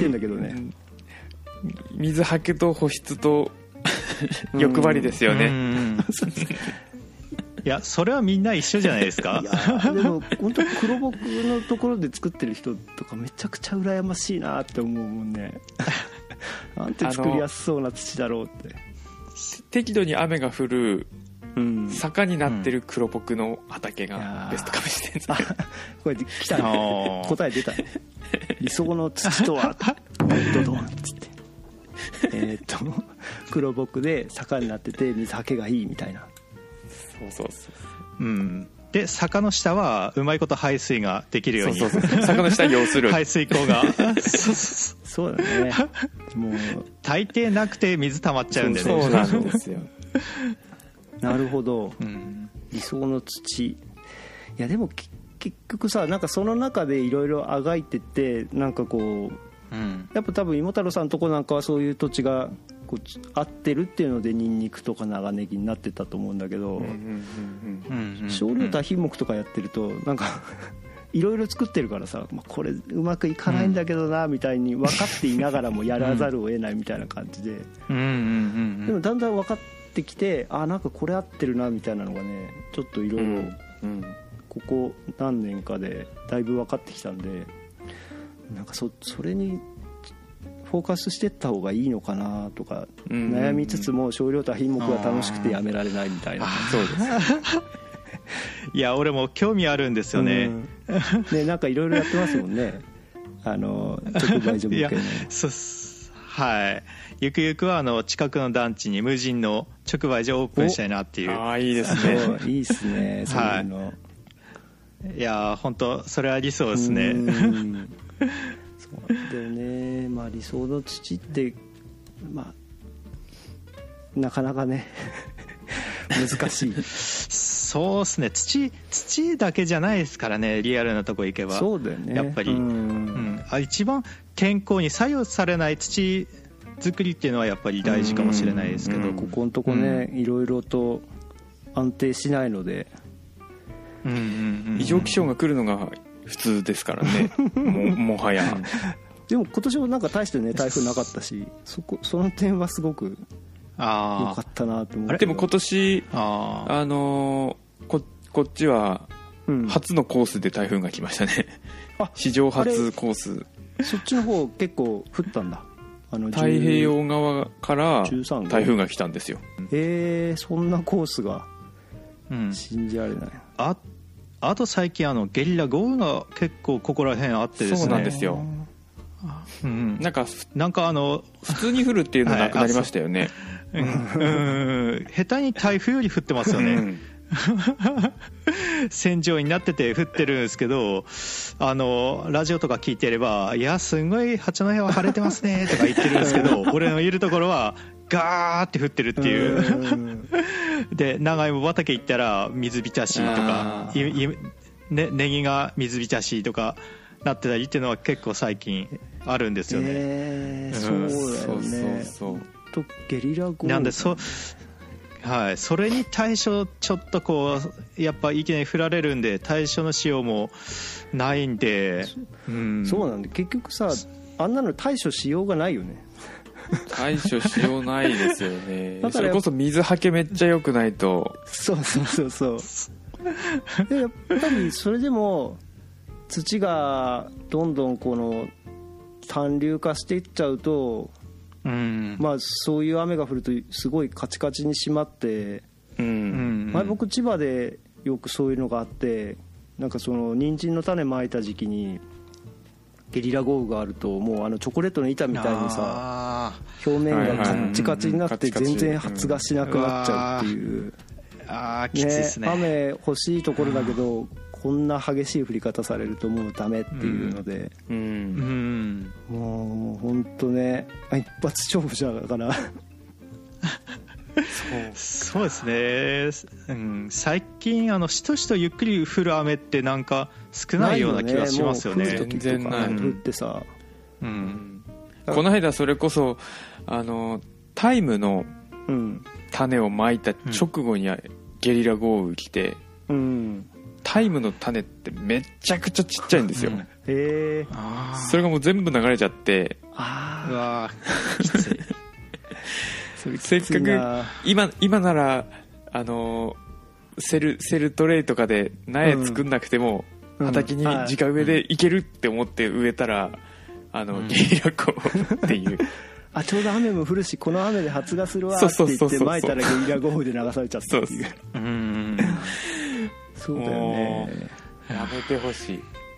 水はけと保湿と欲張りですよね。 いやそれはみんな一緒じゃないですか。 いやでも本当黒木のところで作ってる人とかめちゃくちゃ羨ましいなって思うもんね。なんて作りやすそうな土だろうって。 適度に雨が降る坂になってる黒木の畑がベストかもしれないですけど、 これ来たね、答え出たね。理想の土とはドドンっつって黒木で坂になってて水はけがいいみたいな。 そう、 うん、で坂の下はうまいこと排水ができるように。 そう坂の下要する排水溝がそうだね。もう大抵なくて水溜まっちゃうんでね。 そうなんですよ。 なるほど、理想の土。いやでも結局さ、なんかその中でいろいろあがいてってなんかこう、やっぱ多分芋太郎さんのとこなんかはそういう土地がこう合ってるっていうのでニンニクとか長ネギになってたと思うんだけど、少量多品目とかやってるとなんかいろいろ作ってるからさ、これうまくいかないんだけどなみたいに分かっていながらもやらざるを得ないみたいな感じで、でもだんだん分かってきて、あ、なんかこれ合ってるなみたいなのがね、ちょっといろいろここ何年かでだいぶ分かってきたんで、なんかそれにフォーカスしていった方がいいのかなとか悩みつつも、少量多品目が楽しくてやめられないみたいな。 そうですいや俺も興味あるんですよね。 ね、なんかいろいろやってますもんね。直売所向けの。 はい。ゆくゆくは近くの団地に無人の直売所をオープンしたいなっていう。 ああ、いいですね。 いいですね。そういうの。はい、 いや本当それは理想ですね。 そうでね、まあ理想の土ってまあなかなかね難しい。 そうですね、土だけじゃないですからね、リアルなとこ行けば。 そうだよね。 やっぱり、一番健康に作用されない土作りっていうのはやっぱり大事かもしれないですけど、 ここのとこね、いろいろと安定しないので、 異常気象が来るのが普通ですからね。もはや。 でも今年もなんか大してね台風なかったし、その点はすごく良かったなと思って。 でも今年こっちは初のコースで台風が来ましたね。史上初コース。 そっちの方結構降ったんだ。 太平洋側から台風が来たんですよ。 そんなコースが信じられない。 あと最近ゲリラ豪雨が結構ここら辺あってですね。 そうなんですよ。なんか普通に降るっていうのなくなりましたよね。 下手に台風より降ってますよね。線状になってて降ってるんですけど、ラジオとか聞いてれば、いやすごい八戸は晴れてますねとか言ってるんですけど、俺のいるところはガーって降ってるっていうで、長芋畑行ったら水浸しとか、ネギが水浸しとかなってたりっていうのは結構最近あるんですよね。 そうだよね。そうとゲリラ豪雨なんではい、それに対処ちょっとこうやっぱいきなり振られるんで対処のしようもないんで、 そうなんで結局さ、あんなの対処しようがないよね。 対処しようないですよね。それこそ水はけめっちゃ良くないと。 そうでやっぱりそれでも土がどんどんこの単流化していっちゃうと、まあそういう雨が降るとすごいカチカチに締まって、前僕千葉でよくそういうのがあって、なんかその人参の種まいた時期にゲリラ豪雨があると、もうチョコレートの板みたいにさ、表面がカッチカチになって全然発芽しなくなっちゃうっていう、 きついですね。 雨欲しいところだけどこんな激しい降り方されるともうダメっていうので、もう本当ね、一発勝負じゃだからそそうですね、最近しとしとゆっくり降る雨ってなんか少ないような気がしますよね。 全然ない。 降ってさ、 この間それこそタイムの種をまいた直後にゲリラ豪雨来て、タイムの種ってめちゃくちゃちっちゃいんですよ。それがもう全部流れちゃって、 うわきついせっかく今ならセルトレイとかで苗作んなくても、畑に直植えでいけるって思って植えたら、ゲリラ豪雨っていうちょうど雨も降るしこの雨で発芽するわって言って撒いたらゲリラ豪雨で流されちゃったっていう。そうだよね。 やめてほしい。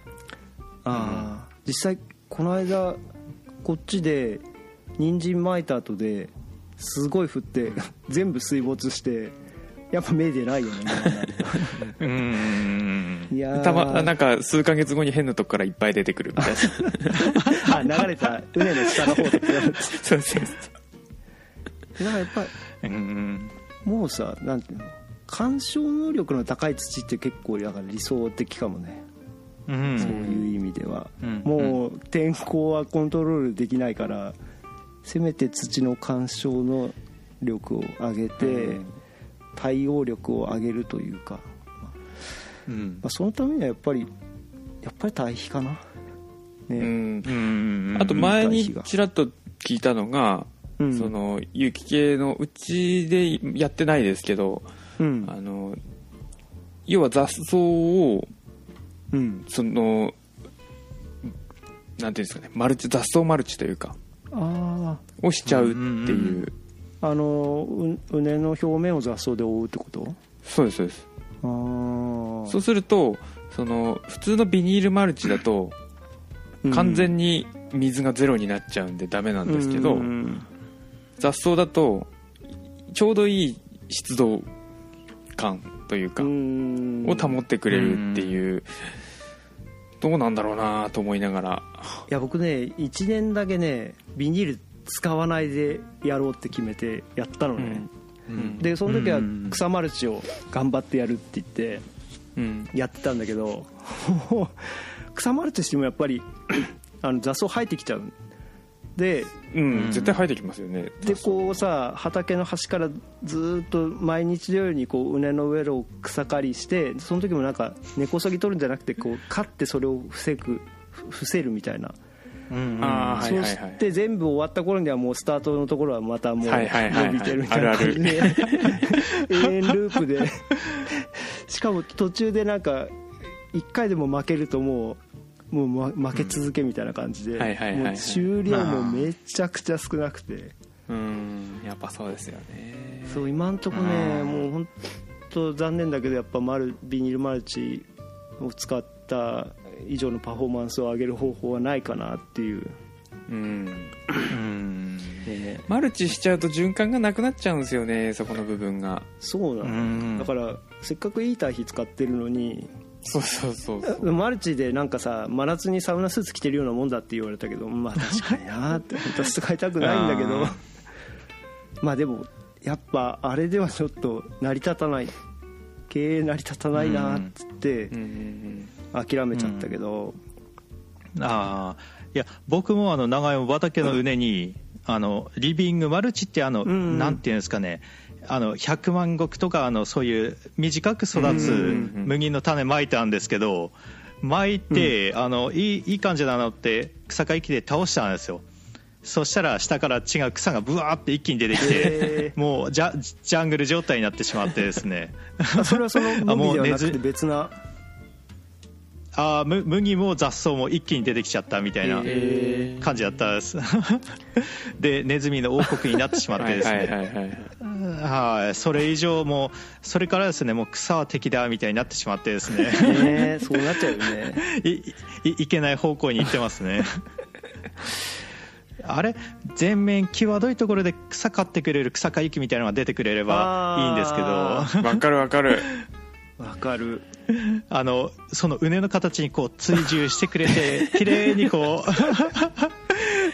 実際この間こっちで人参撒いた後ですごい降って全部水没してやっぱ芽出ないよね。いやなんか数ヶ月後に変なとこからいっぱい出てくるみたいな。 流れた畝の下の方と比べてそうそうだからやっぱりもうさ、なんていうの、干渉能力の高い土って結構だから理想的かもね。そういう意味では、もう天候はコントロールできないからせめて土の干渉能力を上げて、対応力を上げるというか、そのためにはやっぱり堆肥かな、 あと前にちらっと聞いたのが、その有機系のうちでやってないですけど、要は雑草を、そのなんていうんですかね、雑草マルチというかをしちゃうっていう、 畝の表面を雑草で覆うってこと？ そうですそうです。そうするとその普通のビニールマルチだと完全に水がゼロになっちゃうんでダメなんですけど、雑草だとちょうどいい湿度感というかを保ってくれるっていう、どうなんだろうなと思いながら。 いや僕ね1年だけねビニール使わないでやろうって決めてやったのね、でその時は草マルチを頑張ってやるって言ってやってたんだけど、草マルチしてもやっぱり雑草生えてきちゃうで、 絶対生えてきますよね。 でこうさ、畑の端からずっと毎日のようにこう畝の上を草刈りして、その時もなんか根こそぎ取るんじゃなくてこう刈ってそれを伏せるみたいな、そうして全部終わった頃にはもうスタートのところはまたもう伸びてるみたいな感じで永遠ループでしかも途中でなんか1回でも負けるともう負け続けみたいな感じで、もう収量もめちゃくちゃ少なくて、 やっぱそうですよね。 そう今んとこね、もう本当残念だけどやっぱビニールマルチを使った以上のパフォーマンスを上げる方法はないかなっていう。 マルチしちゃうと循環がなくなっちゃうんですよね、そこの部分が。 そうなの、だからせっかくいい堆肥使ってるのに。 そうマルチでなんかさ、真夏にサウナスーツ着てるようなもんだって言われたけど、まあ確かになって本当は使いたくないんだけどまあでもやっぱあれではちょっと成り立たない、経営成り立たないなっつって諦めちゃったけど、 いや僕も長芋畑の畝にリビングマルチってなんていうんですかね、100万石とかそういう短く育つ麦の種まいたんですけど、まいて、いい感じなのって草刈り機で倒したんですよ。そしたら下から違う草がブワーって一気に出てきてもうジャングル状態になってしまってですねそれはその麦ではなくて別な麦も雑草も一気に出てきちゃったみたいな感じだったんですでネズミの王国になってしまってですねそれ以上もうそれからですね、もう草は敵だみたいになってしまってですねそうなっちゃうよねいけない方向に行ってますねあれ全面際どいところで草刈ってくれる草刈り機みたいなのが出てくれればいいんですけど。 わかるわかるその畝の形にこう追従してくれて綺麗にこ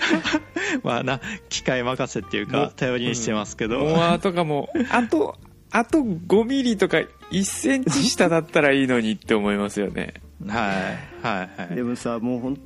うまあ機械任せっていうか頼りにしてますけど、 モアとかもあとあと5ミリとか1センチ下だったらいいのにって思いますよね。 はいはいはい。 でもさ、もうビ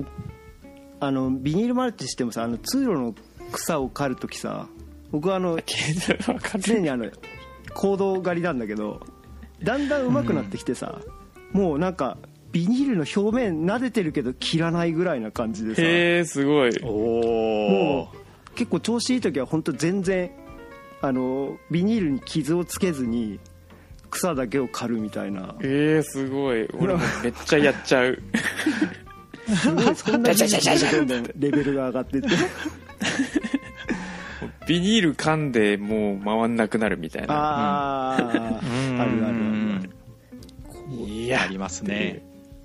ニールマルチしてもさ、通路の草を刈るときさ、僕は常に行動狩りなんだけど、だんだん上手くなってきてさ、もうなんかビニールの表面撫でてるけど切らないぐらいな感じでさ。 へえ、すごい。 もう結構調子いい時は本当全然ビニールに傷をつけずに草だけを刈るみたいな。 すごい。俺もめっちゃやっちゃう。 すごい、そんなにどんどんレベルが上がってってビニール噛んでもう回んなくなるみたいな。 あるあるある。 いや、ありますね。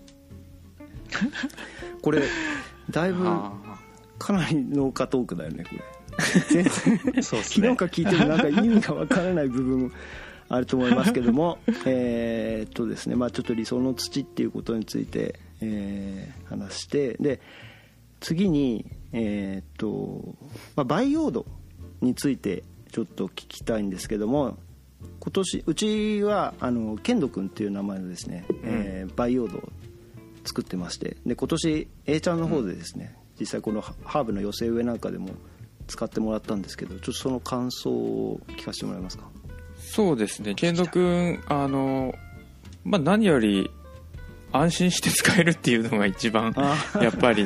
これだいぶかなり農家トークだよね、これ。全然そうですね、昨日から聞いてもなんか意味がわからない部分もあると思いますけどもですね、ちょっと理想の土っていうことについて、話して、で次に培養土についてちょっと聞きたいんですけども、今年うちはケンド君っていう名前のですね、培養土を作ってまして、で今年 A ちゃんの方でですね、実際このハーブの寄せ植えなんかでも使ってもらったんですけど、ちょっとその感想を聞かせてもらえますか。 そうですね、ケンド君何より安心して使えるっていうのが一番やっぱり、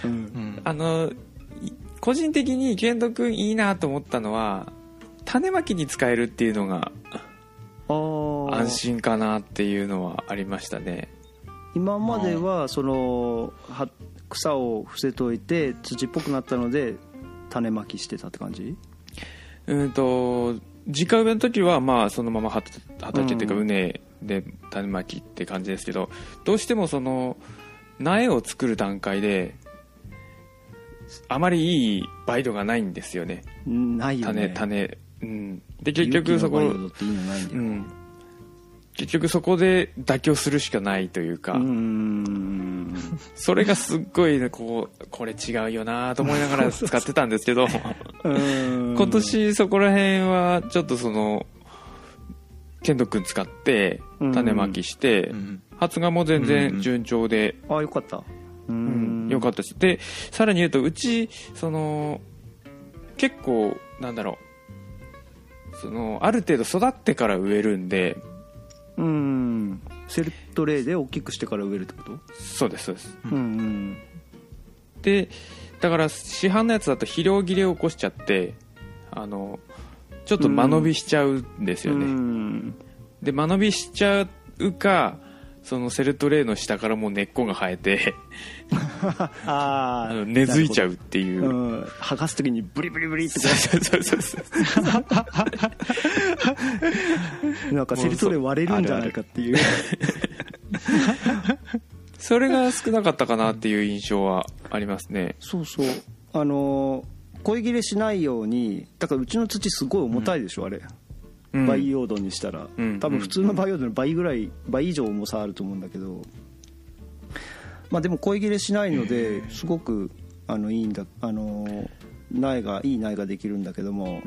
個人的にケンド君いいなと思ったのは種まきに使えるっていうのが安心かなっていうのはありましたね。 今までは草を伏せといて土っぽくなったので種まきしてたって感じ？ 直植えの時はそのまま畑っていうか畝で種まきって感じですけど、どうしてもその苗を作る段階であまりいい培土がないんですよね。 ないよね。 種で結局そこ結局そこで妥協するしかないというか、それがすっごいこれ違うよなと思いながら使ってたんですけど今年そこら辺はちょっとケンド君使って種まきして発芽も全然順調で、 よかった。 よかったです。でさらに言うと、うち結構ある程度育ってから植えるんで、 セルトレイで大きくしてから植えるってこと？ そうですそうです。でだから市販のやつだと肥料切れを起こしちゃってちょっと間延びしちゃうんですよね。で間延びしちゃうか、そのセルトレイの下からもう根っこが生えて根付いちゃうっていう、 剥がす時にブリブリブリってなんかセルトレイ割れるんじゃないかっていうそれが少なかったかなっていう印象はありますね。 そうそう、恋切れしないように、だからうちの土すごい重たいでしょ、あれ培養土にしたら、多分普通の培養土の倍以上重さあると思うんだけど、でも恋切れしないのですごくいいんだ、いい苗ができるんだけども、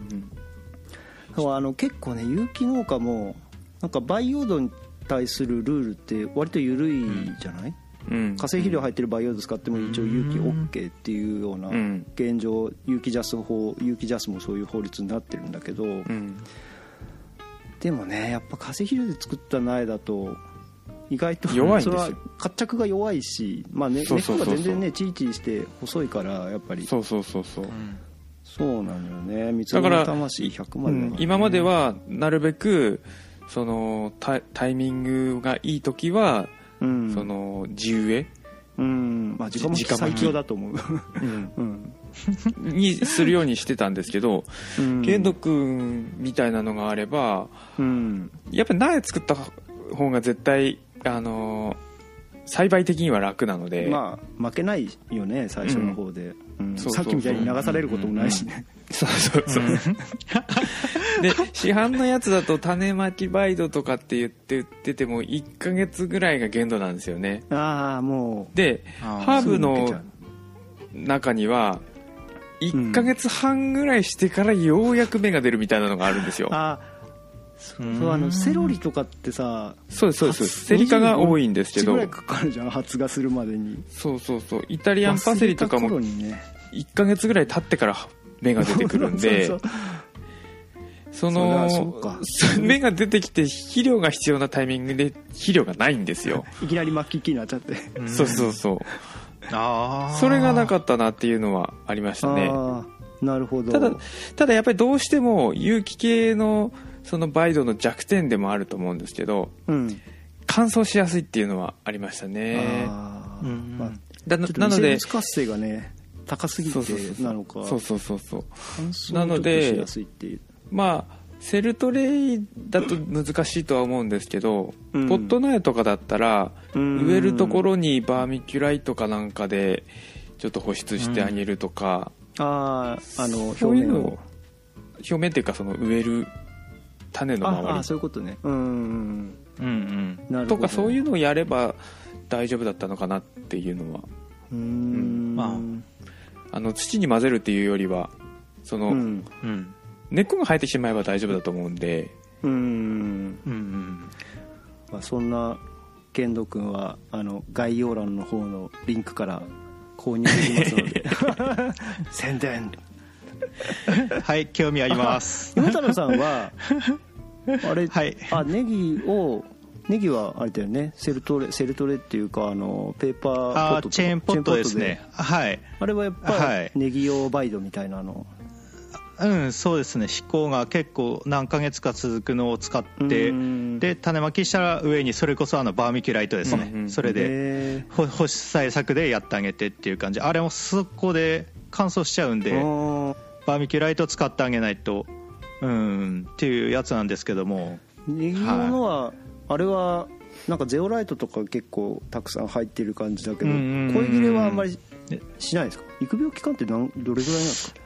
結構ね、有機農家もなんか培養土に対するルールって割と緩いじゃない？化成肥料入ってる培養土使っても一応有機 OK っていうような現状、有機ジャスもそういう法律になってるんだけど、でもね、やっぱ化成肥料で作った苗だと意外と弱いんですよ。 それは活着が弱いし、根っこが全然ねチリチリして細いから、やっぱりそうなのよね。三つ子の魂100までだから、 今まではなるべくそのタイミングがいい時はその地植え、 直巻き最強だと思うにするようにしてたんですけど、ケンド君みたいなのがあれば、やっぱり苗作った方が絶対栽培的には楽なので、 負けないよね、最初の方で、さっきみたいに流されることもないしね。 で市販のやつだと種まき培土とかって売ってても1ヶ月ぐらいが限度なんですよね。 もうでハーブの中には1ヶ月半ぐらいしてからようやく芽が出るみたいなのがあるんですよ。 セロリとかってさ、 そうですセリ科が多いんですけど、 1ぐらいかかるじゃん、発芽するまでに。 そうイタリアンパセリとかも1ヶ月ぐらい経ってから芽が出てくるんでその芽が出てきて肥料が必要なタイミングで肥料がないんですよ。 いきなり末期期になっちゃってそうそれがなかったなっていうのはありましたね。 なるほど。 ただやっぱりどうしても有機系のそのバイドの弱点でもあると思うんですけど、乾燥しやすいっていうのはありましたね。 なので活性がね高すぎてなのか。 そうなのでまあセルトレイだと難しいとは思うんですけど、ポット苗とかだったら植えるところにバーミキュライとかなんかでちょっと保湿してあげるとか、 表面っていうかその植える種の周り、 そういうことね。 とかそういうのをやれば大丈夫だったのかなっていうのは、土に混ぜるっていうよりはその、根っこが生えてしまえば大丈夫だと思うんで、 そんな健人君は概要欄の方のリンクから購入できますので宣伝はい、興味あります。 山太郎さんはあれ、ネギはあれだよね、セルトレっていうかペーパーポットとかチェーンポットですね。はい。 あれはやっぱりネギ用バイドみたいなの。 そうですね。飛行が結構何ヶ月か続くのを使って、で種まきしたら上にそれこそバーミキュライトですね。それで保湿対策でやってあげてっていう感じ。あれもそこで乾燥しちゃうんで、バーミキュライト使ってあげないとっていうやつなんですけども。 ネギ用のは、あれはなんかゼオライトとか結構たくさん入ってる感じだけど、恋切れはあんまりしないですか？育苗期間ってどれぐらいなんですか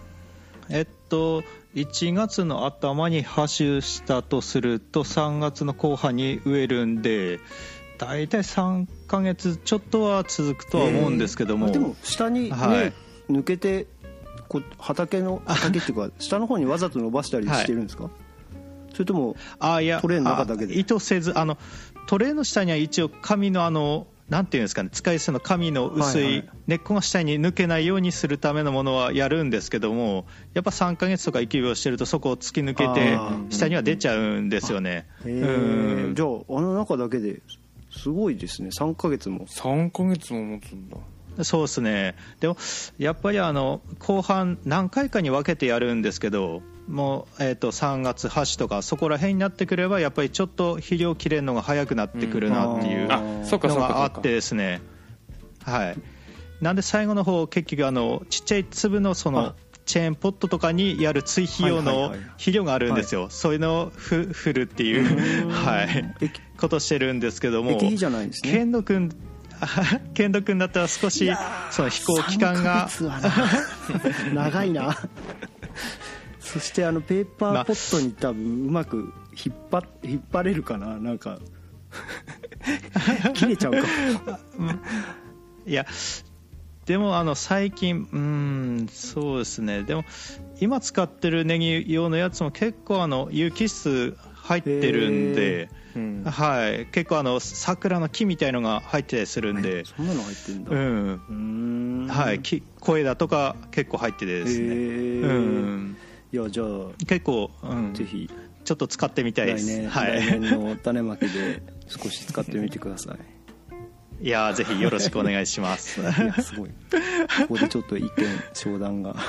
？1月の頭に播種したとすると3月の後半に植えるんで、だいたい3ヶ月ちょっとは続くとは思うんですけども、 でも下に、抜けて畑っていうか下の方にわざと伸ばしたりしてるんですか？それともトレーの中だけで？ 意図せずトレーの下には一応紙のなんていうんですかね、使い捨ての紙の薄い根っこが下に抜けないようにするためのものはやるんですけども、やっぱ3ヶ月とか育苗してるとそこを突き抜けて下には出ちゃうんですよね。 じゃあ中だけですごいですね。3ヶ月も持つんだ。 そうですね。でもやっぱり後半何回かに分けてやるんですけどもう、3月播種とかそこら辺になってくればやっぱりちょっと肥料切れるのが早くなってくるなっていうのがあってですね、なんで最後の方結局ちっちゃい粒のそのチェーンポットとかにやる追肥用の肥料があるんですよ。そういうのを振るっていうことしてるんですけども、 液肥じゃないですね。 健人君だったら少しその飛行期間が長いなそしてペーパーポットに多分うまく引っ張れるかな、なんか切れちゃうかいやでも最近そうですね。でも今使ってるネギ用のやつも結構有機質入ってるんで、結構桜の木みたいのが入ってたりするんで、 そんなの入ってるんだ。 小枝とか結構入っててですね。 いやじゃあ結構、 ぜひちょっと使ってみたいです。 来年の種まきで少し使ってみてください。 いやぜひよろしくお願いしますいやすごい。ここでちょっと意見商談が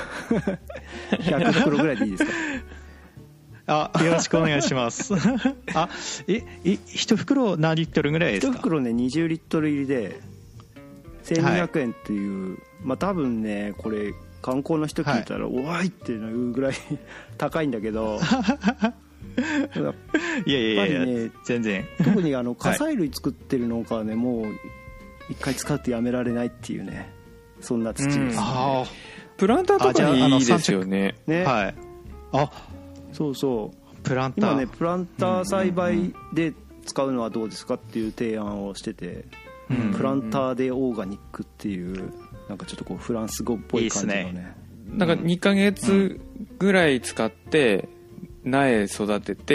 100袋ぐらいでいいですか？ よろしくお願いします1袋何リットルぐらいですか？ 1袋ね20リットル入りで1200円っていう、多分ねこれ観光の人聞いたら、おいってなるぐらい高いんだけどいや、ね、全然特に火砕類作ってる農家はね、もう一回使ってやめられないっていうね、そんな土ですね。 プランターとかにいいですよね。 そうプランター今ねプランター栽培で使うのはどうですかっていう提案をしてて、プランターでオーガニックっていうなんかちょっとフランス語っぽい感じのね、 なんか2ヶ月ぐらい使って苗育てて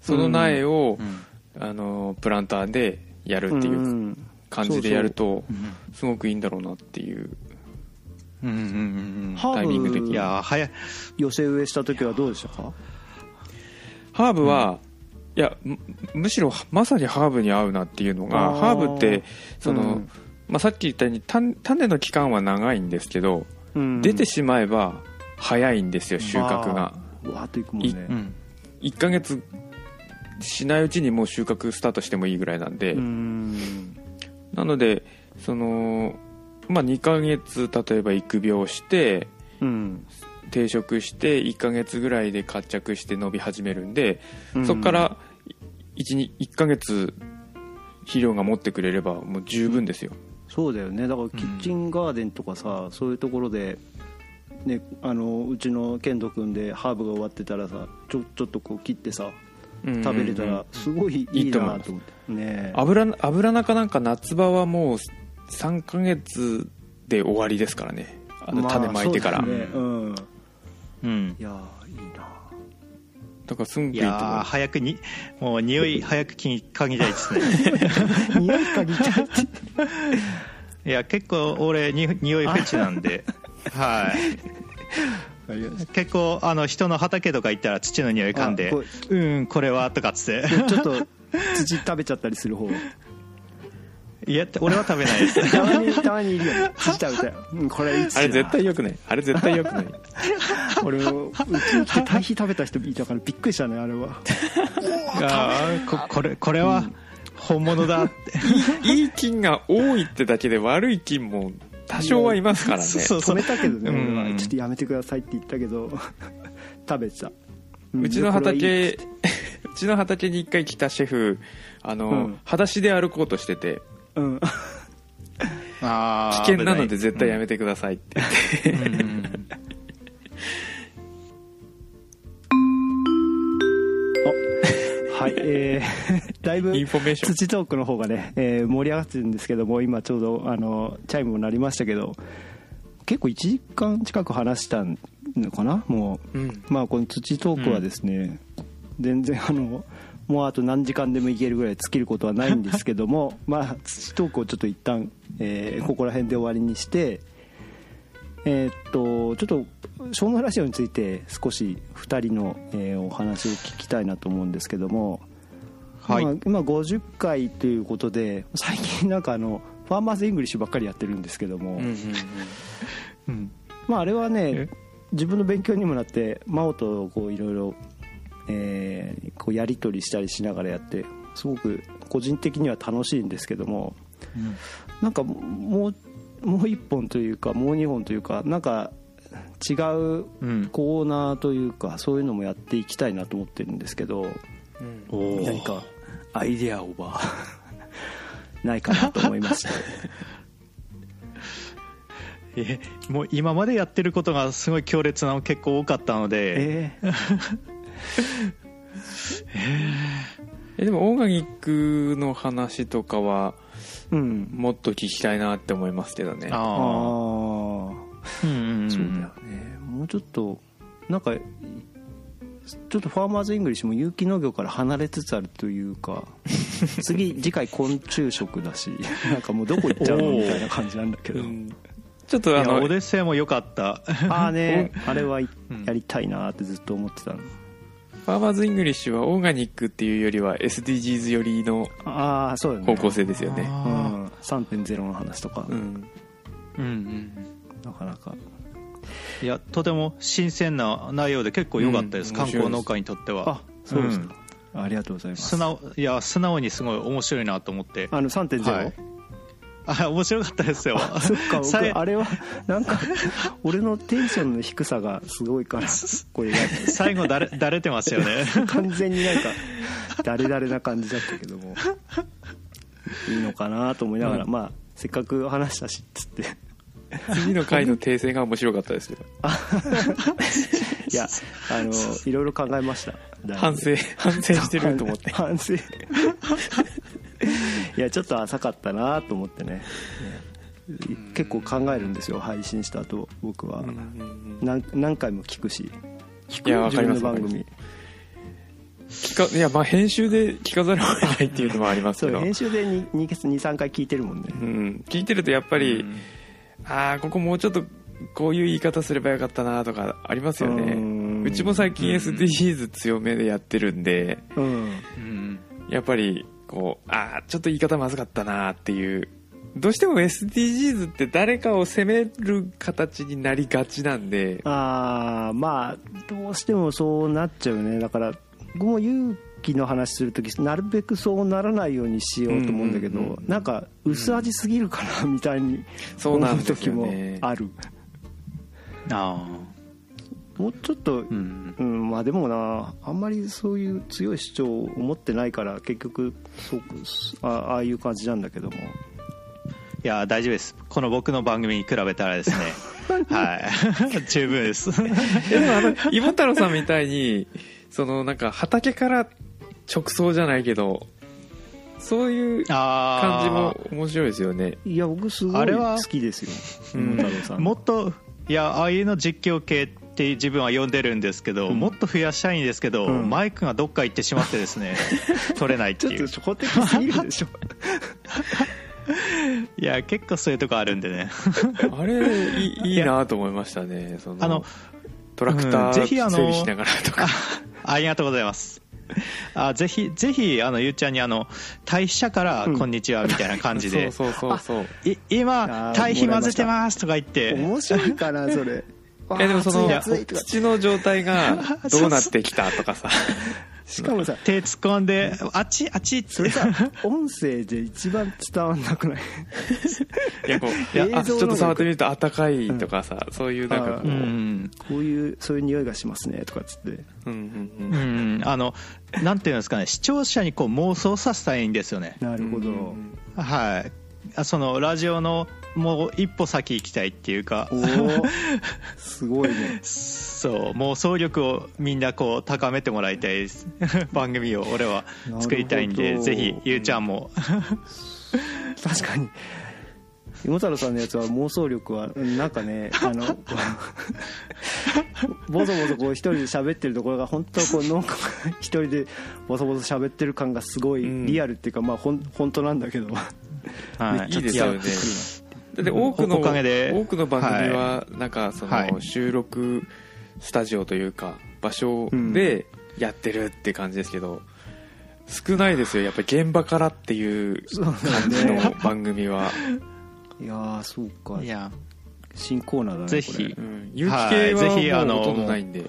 その苗を、プランターでやるっていう感じでやるとすごくいいんだろうなっていうタイミング的に。いや寄せ植えした時はどうでしたか？ ハーブは、いやむしろまさにハーブに合うなっていうのが、ハーブってその、さっき言ったように種の期間は長いんですけど、出てしまえば早いんですよ、収穫が。 わーっといくもんね。 1ヶ月しないうちにもう収穫スタートしてもいいぐらいなんで、なのでその、2ヶ月例えば育苗して、定植して1ヶ月ぐらいで活着して伸び始めるんで、そこから1ヶ月肥料が持ってくれればもう十分ですよ。 そうだよね。だからキッチンガーデンとかさ、そういうところで、ね、うちのケント君でハーブが終わってたらさ、ちょっとこう切ってさ食べれたらすごいいいなと思ってね。 油中なんか夏場はもう3ヶ月で終わりですからね、種まいてから。 いやいいな。 だからすごくいいと思う。いや早くにもう匂い早く嗅ぎたいですね。 匂い嗅ぎたいって。 いや結構俺匂いフェチなんで、はい。結構人の畑とか行ったら土の匂い嗅んで、これはとかっつってちょっと土食べちゃったりする方。 いや俺は食べないです。 たまにいるよね、土食べたよ。これいつあれ絶対良くない。あれ絶対良くない。 俺もうちに来て堆肥食べた人いたからびっくりしたね、あれは。 これは本物だって。 いい菌が多いってだけで悪い菌も多少はいますからね。 止めたけどね、俺はちょっとやめてくださいって言ったけど食べてた。 うちの畑に一回来たシェフ裸足で歩こうとしてて、危険なので絶対やめてくださいって言って、 はい、だいぶ土トークの方がね、盛り上がってるんですけども、今ちょうどチャイムも鳴りましたけど、結構1時間近く話したのかなもう、この土トークはですね、全然もうあと何時間でもいけるぐらい尽きることはないんですけども土トークをちょっと一旦、ここら辺で終わりにして、ちょっと湘南ラジオについて少し2人の、お話を聞きたいなと思うんですけども、今50回ということで、最近なんかファーマーズイングリッシュばっかりやってるんですけども、あれはね、自分の勉強にもなって、真央とこういろいろこうやり取りしたりしながらやって、すごく個人的には楽しいんですけども、なんかもう一本というかもう2本というか、なんか違うコーナーというか、そういうのもやっていきたいなと思ってるんですけど、何かアイデアオーバーないかなと思いましてもう今までやってることがすごい強烈なの結構多かったので、 でもオーガニックの話とかは、もっと聞きたいなって思いますけどね。 そうだよね。もうちょっとなんかちょっとファーマーズイングリッシュも有機農業から離れつつあるというか次回昆虫食だし、なんかもうどこ行っちゃうのみたいな感じなんだけど、 ちょっとオデッセイも良かった。 あれはやりたいなってずっと思ってたの。 ファーマーズイングリッシュはオーガニックっていうよりは SDGs 寄りの方向性ですよね。 3.0 の話とか、なかなかいやとても新鮮な内容で結構良かったです、観光農家にとっては。 そうですか、ありがとうございます。 素直にすごい面白いなと思って。 3.0、 面白かったですよ。 そっか、僕あれはなんか俺のテンションの低さがすごいからこれ最後だれてますよね。 完全になんかだれな感じだったけどもいいのかなと思いながら、せっかく話したしっつって次の回の訂正が面白かったですけどいやいろいろ考えました。 反省してると思って反省いやちょっと浅かったなと思ってね、結構考えるんですよ、配信した後僕は。何回も聞くし、自分の番組いやまあ編集で聞かざるを得ないっていうのもありますけどそう編集で 2,3 回聞いてるもんね、 うん、聞いてるとやっぱり、ああここもうちょっとこういう言い方すればよかったなとかありますよね。うちも最近 SDGs 強めでやってるんで、やっぱりこうちょっと言い方まずかったなっていう、どうしても SDGs って誰かを責める形になりがちなんで、 まあどうしてもそうなっちゃうね。だから僕も勇気の話するときなるべくそうならないようにしようと思うんだけど、なんか薄味すぎるかなみたいに思う時もある。もうちょっと、まあでもな、あんまりそういう強い主張を持ってないから結局ああいう感じなんだけども。 いや大丈夫です。この僕の番組に比べたらですねはい十分ですでも芋太郎さんみたいにそのなんか畑から直送じゃないけどそういう感じも面白いですよね。 いや僕すごい好きですよ芋太郎さん。 もっといやああいうの実況系って自分は呼んでるんいけど、もっと増やしたいんですけど、マイクがどっか行ってしまってですね取れないっていう。 ちょっと初手すぎるでしょいや結構そういうとこあるんでねあれいいなと思いましたね。そのトラクター整備しながらとか、 ありがとうございます。ぜひゆうちゃんに堆肥車からこんにちはみたいな感じで、 そう今堆肥混ぜてますとか言って。 面白いかなそれでもその土の状態がどうなってきたとかさしかもさ手突っ込んであっちってそれさ音声で一番伝わんなくないいやちょっと触ってみると温かいとかさ、そういうなんかこういうそういう匂いがしますねとかっつってなんていうんですかね、視聴者にこう妄想させたいんですよね。 なるほど、 はい、そのラジオのもう一歩先行きたいっていうかすごいねそう妄想力をみんなこう高めてもらいたいです番組を俺は作りたいんで、ぜひゆうちゃんも確かに芋太郎さんのやつは妄想力はなんかねボソボソこう一人で喋ってるところが本当はこう農家が一人でボソボソ喋ってる感がすごいリアルっていうか、まあ本当なんだけどはい、いいですよね。だって多くの番組はなんかその収録スタジオというか場所でやってるって感じですけど、少ないですよやっぱり現場からっていう感じの番組は。 いやそうか。 いや新コーナーだね。 ぜひ有機系はもうほとんどないんで、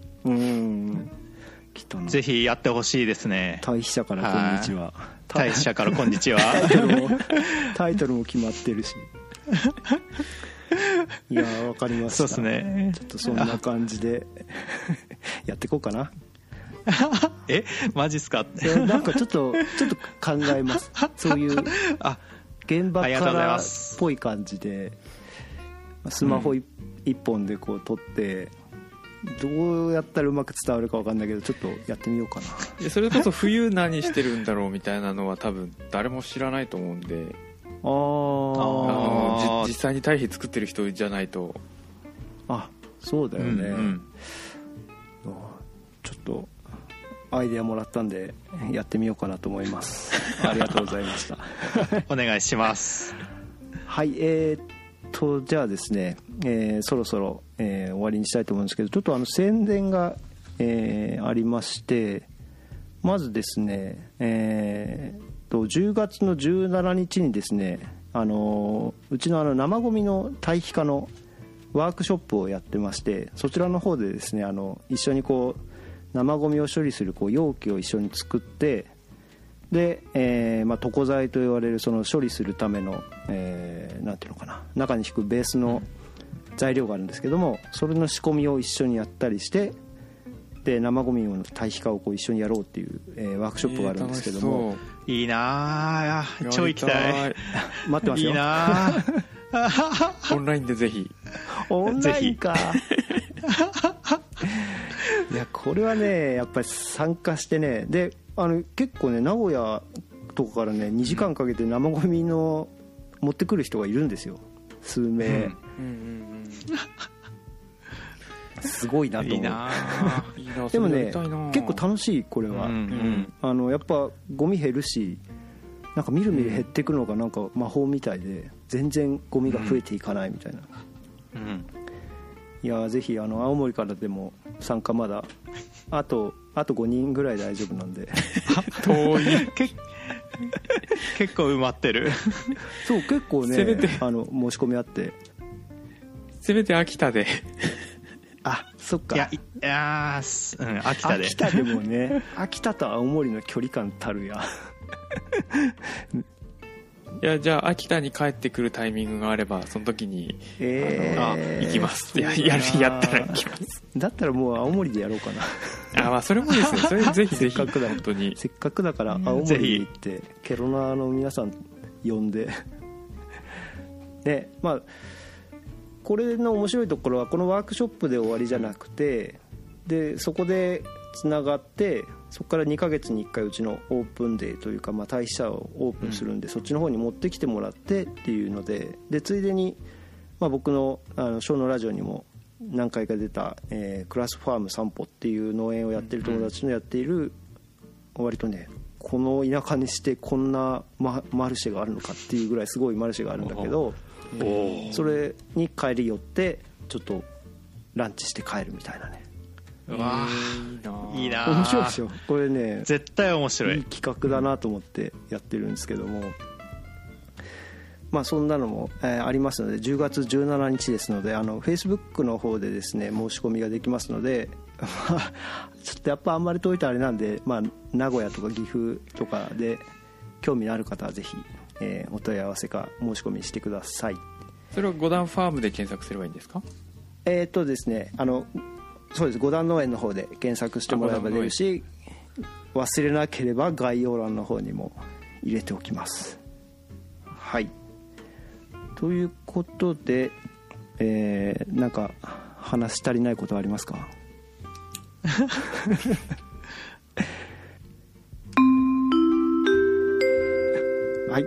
ぜひやってほしいですね。 堆肥者からこんにちは。 堆肥者からこんにちはタイトルも決まってるしいやわかりました。 そうですね。 ちょっとそんな感じでやっていこうかなマジっすかなんかちょっと考えますそういう現場からっぽい感じでスマホ一本でこう撮ってどうやったらうまく伝わるか分かんないけどちょっとやってみようかな。 いやそれこそ冬何してるんだろうみたいなのは多分誰も知らないと思うんで実際に堆肥作ってる人じゃないと。 そうだよね、ちょっとアイデアもらったんでやってみようかなと思いますありがとうございましたお願いします。 はい、じゃあですね、そろそろ、終わりにしたいと思うんですけど、ちょっと宣伝が、ありまして、まずですね、10月の17日にですね、うちの生ゴミの堆肥化のワークショップをやってまして、そちらの方でですね一緒にこう生ゴミを処理するこう容器を一緒に作って、で、床材と言われるその処理するための、なんていうのかな、中に敷くベースの材料があるんですけども、それの仕込みを一緒にやったりして、で生ゴミの堆肥化をこう一緒にやろうっていう、ワークショップがあるんですけども、 いいな超行きたい待ってますよ。 いいなオンラインでぜひ。 オンラインかいやこれはねやっぱり参加してね、で結構ね名古屋とかからね2時間かけて生ゴミの持ってくる人がいるんですよ、数名、すごいなと思う。 いいなでもね結構楽しいこれは、やっぱゴミ減るし、なんかみるみる減っていくのがなんか魔法みたいで、全然ゴミが増えていかないみたいな、いやぜひ青森からでも参加まだあと5人ぐらい大丈夫なんで遠い結構埋まってるそう結構ね、申し込みあって、 せめて秋田であ、そっか。 秋田で。 秋田でもね、秋田と青森の距離感たるや。 いや、じゃあ秋田に帰ってくるタイミングがあれば、その時に、行きます。やったら行きます。 だったらもう青森でやろうかな。 まあそれもですよ。それぜひぜひ。 せっかくだ、本当に。せっかくだから青森に行って、ケロナーの皆さん呼んで。で、まあ、これの面白いところはこのワークショップで終わりじゃなくて、でそこでつながって、そこから2ヶ月に1回うちのオープンデーというか、まあ退社をオープンするんで、そっちの方に持ってきてもらってっていうので、ついでに、まあ、僕のショーのラジオにも何回か出た、クラスファーム散歩っていう農園をやってる友達のやっている、割とねこの田舎にしてこんなマルシェがあるのかっていうぐらいすごいマルシェがあるんだけど、それに帰り寄ってちょっとランチして帰るみたいなね。 うわいいな、 面白いでしょこれね。 絶対面白い。 いい企画だなと思ってやってるんですけども、まあそんなのも、ありますので、10月17日ですので、Facebook の方でですね申し込みができますのでちょっとやっぱあんまり遠いとあれなんで、まあ、名古屋とか岐阜とかで興味のある方はぜひ、お問い合わせか申し込みしてください。 それは五段ファームで検索すればいいんですか？ ですね、そうです、五段農園の方で検索してもらえば出るし、忘れなければ概要欄の方にも入れておきます。はい、ということで、なんか話し足りないことはありますか？はい、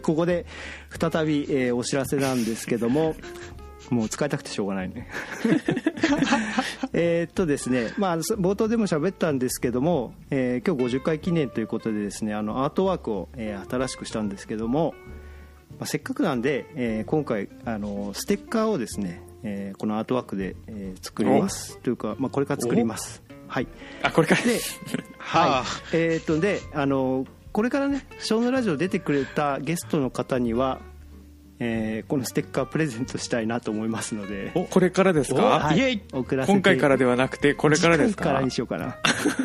ここで再び、お知らせなんですけども、もう使いたくてしょうがないねですね、まあ、冒頭でも喋ったんですけども、今日50回記念ということでですね、アートワークを、新しくしたんですけども、まあ、せっかくなんで、今回ステッカーをですね、このアートワークで、作りますというか、まあ、これから作ります。はい、 これからで、はい、でこれからねショーのラジオ出てくれたゲストの方には、このステッカープレゼントしたいなと思いますので。 これからですか？ はい、送らせて、今回からではなくてこれからですか？ 次回からにしようかなイ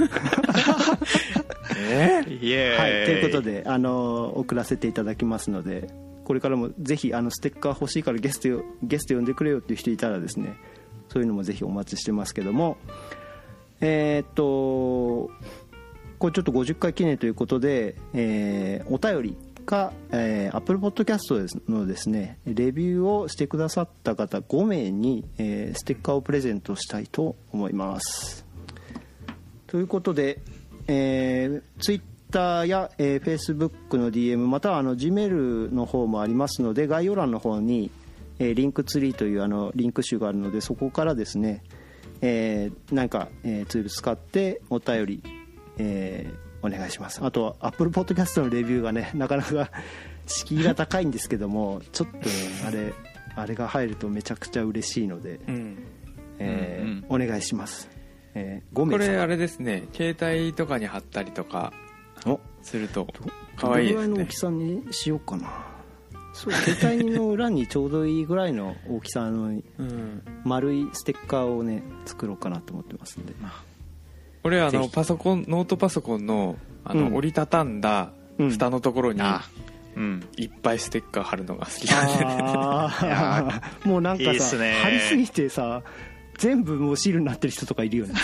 エーイ、 はい、ということで送らせていただきますので、これからもぜひステッカー欲しいからゲスト呼んでくれよっていう人いたらですね、そういうのもぜひお待ちしてますけども、これちょっと50回記念ということで、お便りか、Apple Podcast のですねレビューをしてくださった方5名に、ステッカーをプレゼントしたいと思います。ということで、Twitter や、Facebook の DM またはGmail の方もありますので、概要欄の方に、リンクツリーというリンク集があるので、そこからですね、なんか、ツール使ってお便り、お願いします。あとは Apple Podcast のレビューがねなかなか敷居が高いんですけども、ちょっとねあれが入るとめちゃくちゃ嬉しいので、お願いします。5名これあれですね、携帯とかに貼ったりとかすると可愛いですね。 どれぐらいの大きさにしようかな。そう携帯の裏にちょうどいいぐらいの大きさの丸いステッカーをね作ろうかなと思ってますんで。 俺ノートパソコンの折りたたんだ蓋のところにいっぱいステッカー貼るのが好きなんで、もうなんかさいいっすね、 貼りすぎてさ全部もうシールになってる人とかいるよね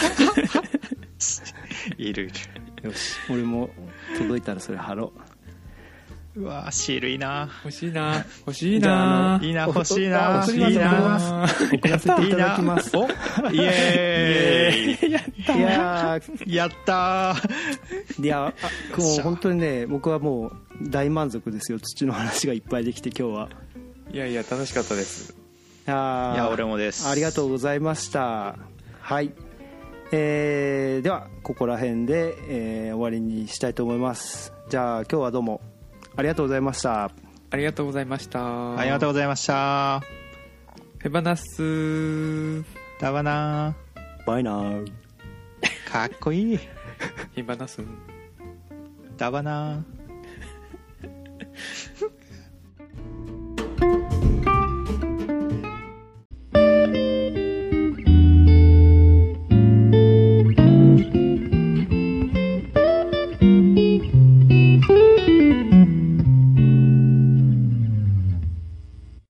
いる。 よし、俺も届いたらそれ貼ろう。 うわシールいいな。 欲しいな欲しいな。 送らせていただきます。 イエーイやったー。いやもう本当にね、僕はもう大満足ですよ。土の話がいっぱいできて今日は。 いや楽しかったです。 いや俺もです。 ありがとうございました。はい、 ではここら辺で、終わりにしたいと思います。じゃあ今日はどうもありがとうございました。 ありがとうございました。 ありがとうございました。 手放す。 だわな。 バイナー。 かっこいい。 手放す。 だわな。